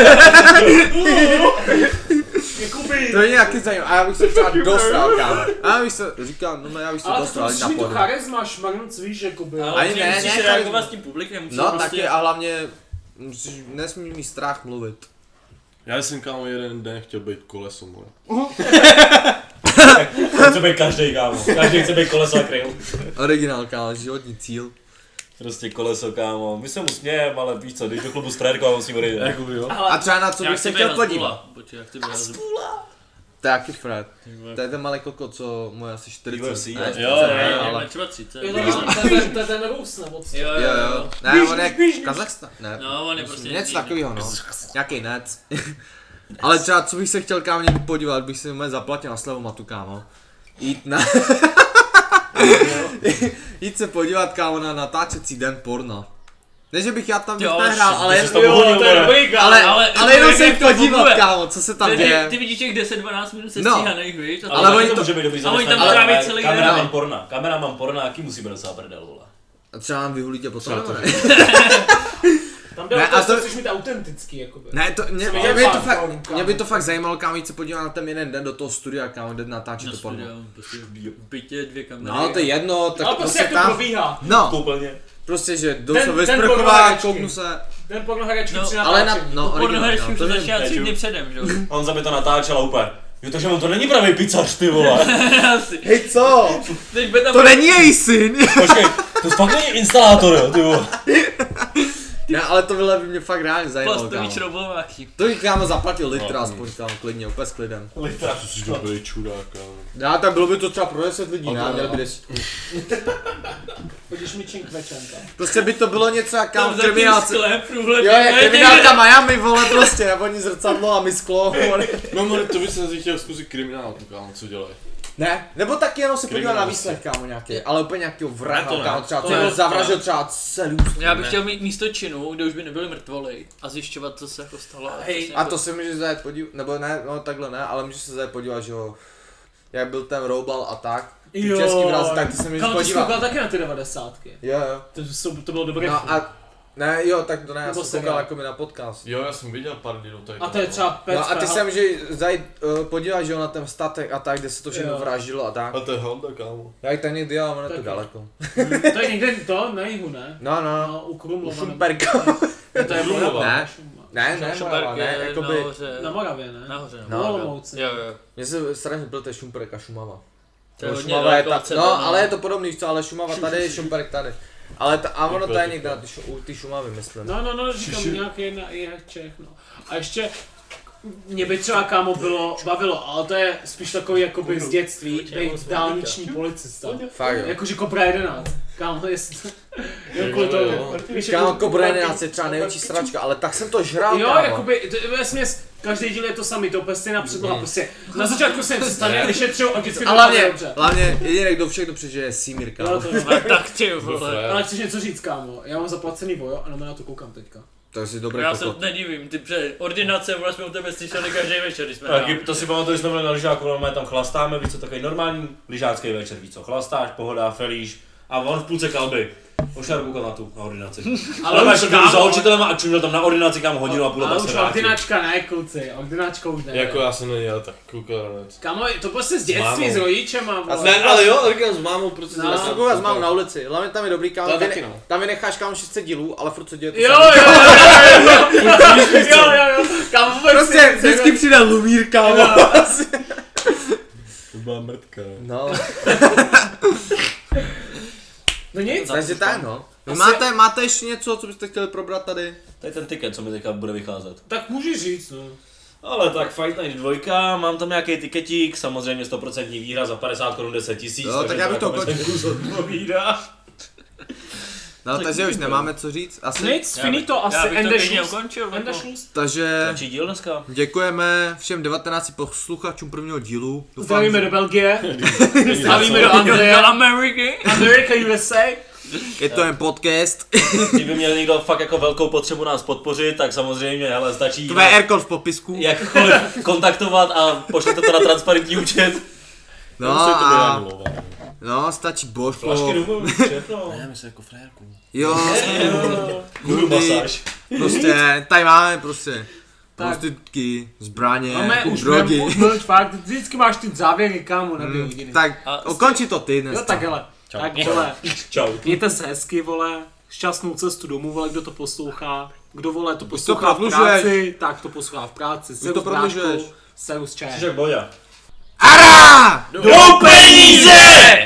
jakoby, To je nějaký zajímavé, a já bych se třeba dostal, kámo. A já bych se, říkám, no já bych se ale to dostal musíš na mít to pódium. charisma, šmarnc, víš, jakoby. Ale Ani ty ne, musíš ne, reagovat charisma. s tím publikem, musíš No prostě... taky a hlavně, musíš, nesmí mít strach mluvit. Já jsem kámo jeden den chtěl být koleso, more. Chce být každý, kámo. Každý chce být koleso a kryl. Originál, kámo, životní cíl. Prostě koleso, kámo. My se mu smějem, ale víš co, když do klubu s frérkou a musím odejít. Jakoby jo. A třeba na co Já bych chci se být chtěl Hasbula. podívat. Počkej, jak ty bych Hasbula. To je jaký Fred. To je ten malý koko, co mu je asi U F čtyřicet. C, Ne, jo. čtyřicet, Jo, ne, Ne, ale... ale třeba třicet. Jo, no. to je ten- to je ten Rus, nebo co? Jo, Jo, jo. Ne, Víš, on je víš, víš. Kazachstan. Ne. No, on je prostě Něco jiný. takového, no. Nějaký nec. Ale třeba, co bych se chtěl kámo někdy podívat, bych si mě zaplatil na slevomatu, kámo. Jít na... Jít se podívat, kámo, na natáčecí den porna. Ne, že bych já tam Jo, nic nehrál, ale, jsi jen, to Jo, pohodil, to je more. dobrý, kámo. ale, ale- ale jenom se jak jít to podívat, funguje? kámo, co se tam Ty, děje. ty vidíš těch deset dvanáct minut se No. stříhaných, víš? A Ale Ale oni to to- může být dobrý a oni tam zaměstnanec, tráví ale celý kameraman den. porna. Kameraman porna, jaký musí být docela prdel, vole. A třeba nám vyhulí tě potom, Co to nebo ne? Tam Tam jde Ne, o to, a jestli to- chceš mít autentický, jakoby. Ne, to, mě, Jsem mě, viděl by to pár fakt, porn, kámo. mě by to fakt zajímalo, kam víc se podívat na ten jeden den do toho studia, kam jde natáčet to porno. Prostě v bytě dvě kamery. No, to je jedno, tak Ale prostě jak to tam, probíhá. no, Koupelně. prostě, že jdu Ten- se ten vysprchovat, pornoherečky. kouknu se, Den pornoherečky No, při ale na, natáčení. no, Porno originál, herečku no, to to začíná ne, tři ču. dny předem, že jo? On za mě to natáčel a úplně. Jo, takže on to není pravý pizzař, ty vole. Asi. hej co, Teď by tam to není její syn. Počkej, to fakt není instalátor, jo, ty vole. Ne, ale to vyle by mě fakt reálně zajímalo, plastový kámo. šroubováky. To bych kámo zaplatil litr No. aspoň, kámo, klidně, úplně s klidem. Litra. To jsi dobrý čurák, kámo. Já, tak bylo by to třeba pro deset lidí, ne, Ok, měli by no. deset. Chodíš mi čink večenka. Prostě by to bylo něco jak kámo Tam za tím kriminálce. sklem průhledně. Jo, jak kriminálka Miami, vole, prostě, nebo ní zrcadlo a my sklo, vole. No, more, to by se chtěl zkusit kriminálku, kámo, co dělají. Ne, nebo taky jenom se podívat na Kriminálci. výslech, kámo, nějaký, ale úplně nějakýho Ne, vraha, to ne. kámo, třeba To co ne. zavražil třeba celý úst. Já bych Ne. chtěl mít místo činu, kde už by nebyli mrtvoly a zjišťovat, co se jako stalo. Hej, co se A jako- to se můžeš zajet podívat, nebo ne, no takhle ne, ale můžeš se zajet podívat, že jo, jak byl ten roubal a tak, ty Jo. český vrazy, tak ty se můžeš Kámo, ty jsi koukal podívat. taky na ty devadesátky. Jo, jo. To, jsou, to bylo dobré. No a, ne, jo, tak to ne, já Nebo jsem seriál. koukal jako mi na podcast. Jo, já jsem viděl pár dílů tady. A to je třeba pec. No a ty se můžeš zajít uh, podívat, že jo, na ten statek a tak, kde se to všechno Jo. vraždilo a tak. A to je Honda, kámo. Já i ten někdy, ale ono je to Taky. daleko. To je někde to, na jihu, ne? No, no, No, u Krumlova. nebo- Šumperka. To je Krumlova. Morava. Ne. Ne, ne, Šumperk Morava, ne, je jakoby, nahoře. Na Moravě, ne? Nahoře, No, no. U Olomouci. Jo, jo. mně se strašně plete Šumperk a Šumava. To je No, hodně Šumava je daleko ta, od sebe, no, ale je to podobný, víš co, ale Šumava tady, Šumperk tady. Ale ta, a ono Jako to je je to někde na tak. ty, šu- u ty Šumavy, myslím. No, no, no, říkám Šiši. nějaký na je Čech, no. A ještě, mě by třeba kámo bylo, bavilo, ale to je spíš takový jakoby z dětství, být dálniční policista. Fakt jo. Jakože Kobra jedenáct. Kámo, jestli to... Jako Jo, to... jo. víš, Kámo, jako- Cobra jedenáct je třeba největší sračka, ale tak jsem to žral, Jo, kámo. jakoby, to je vesměs, každý díl je to samý, to úplně stejná předloha, prostě na začátku se něco stane, vyšetřují a vždycky A to hlavně, dopadne dobře. hlavně, jediný, kdo všechno přežije, je Simír, Jo, kámo. to jo. A tak ty vole. Ale chceš něco říct, kámo, já mám zaplacený vojo a na to koukám teďka. To jsi dobrý Já se kokot. nedivím, ty pře ordinace, vole, jsme u tebe slyšeli každý večer, když jsme Taky hráli. to si pamatuju, že jsme byli na lyžáku, normálně tam chlastáme, víš co, takový normální lyžácký večer, víš co, chlastáš, pohoda, felíš a on v půlce kalby. Pošel koukat na tu, na ordinaci. Ale Ale už jsem kámo, byl za učitelem a čuměl tam na ordinaci, kam hodinu a půl a ale pak už se vrátil. ordinačka ne, kluci, ordinačka už ne. Jako já jsem nedělal tak koukal na něco. Kámo, to prostě z S dětství, mámou. s rodičem a A vole. Ne, ale jo, říkám s mámou, proč No. to Já jsem koukal s mámou na ulici, hlavně tam je dobrý, kámo, To vy, taky ne, no. tam vynecháš kámo šest set dílů, ale furt se děje to Jo, samé. jo, jo, jo, jo, jo, jo, jo, kámo, vůbec Prostě si- vždycky přijde Lumír, kámo. To byla mrtka. No, No nic, takže tak no. Vy Asi- máte, máte ještě něco, co byste chtěli probrat tady? To je ten tiket, co mi teďka bude vycházet. tak můžeš říct, no. Ale tak Fight Night dva, mám tam nějaký tiketík, samozřejmě sto procent výhra za padesát korun deset tisíc. Jo, tak já bych to ukončil. kus odpovídá. No, takže už nemáme co říct, asi. Nic, Já finito, bych- asi Já bych to Ende klidně Schluss. ukončil. Ende jako. Schluss. Takže Stačí díl dneska. děkujeme všem devatenácti posluchačům prvního dílu. Doufám, Zdravíme že- do Belgie, zdravíme Zdravíme do Do Anglie, Ameriky. Amerika, U S A. Je to jen podcast. Kdyby měl někdo fakt jako velkou potřebu nás podpořit, tak samozřejmě, ale stačí Tvé aircode v popisku. jakkoliv kontaktovat a pošlete to na transparentní účet. No a no, stačí Flašky Božko. domů, všechno. Ne, myslím jako frérku. Jo, Guru masáž. prostě, tady máme prostě Tak. prostitutky, zbraně, Máme už drogy. ne, mlč, fakt, vždycky máš ty závěry, kámo, na dvě Mm, hodiny. tak A- ukonči to ty Jo, dnes. tak hele, tak vole, Čau. mějte se hezky, vole, šťastnou cestu domů, vole, kdo to poslouchá, kdo, vole, to to poslouchá v prodlužuješ. práci, tak to poslouchá v práci, seru to s bráškou, prodlužuješ. seru s čajem. Jsi jak Boďa. Ara! Do peníze!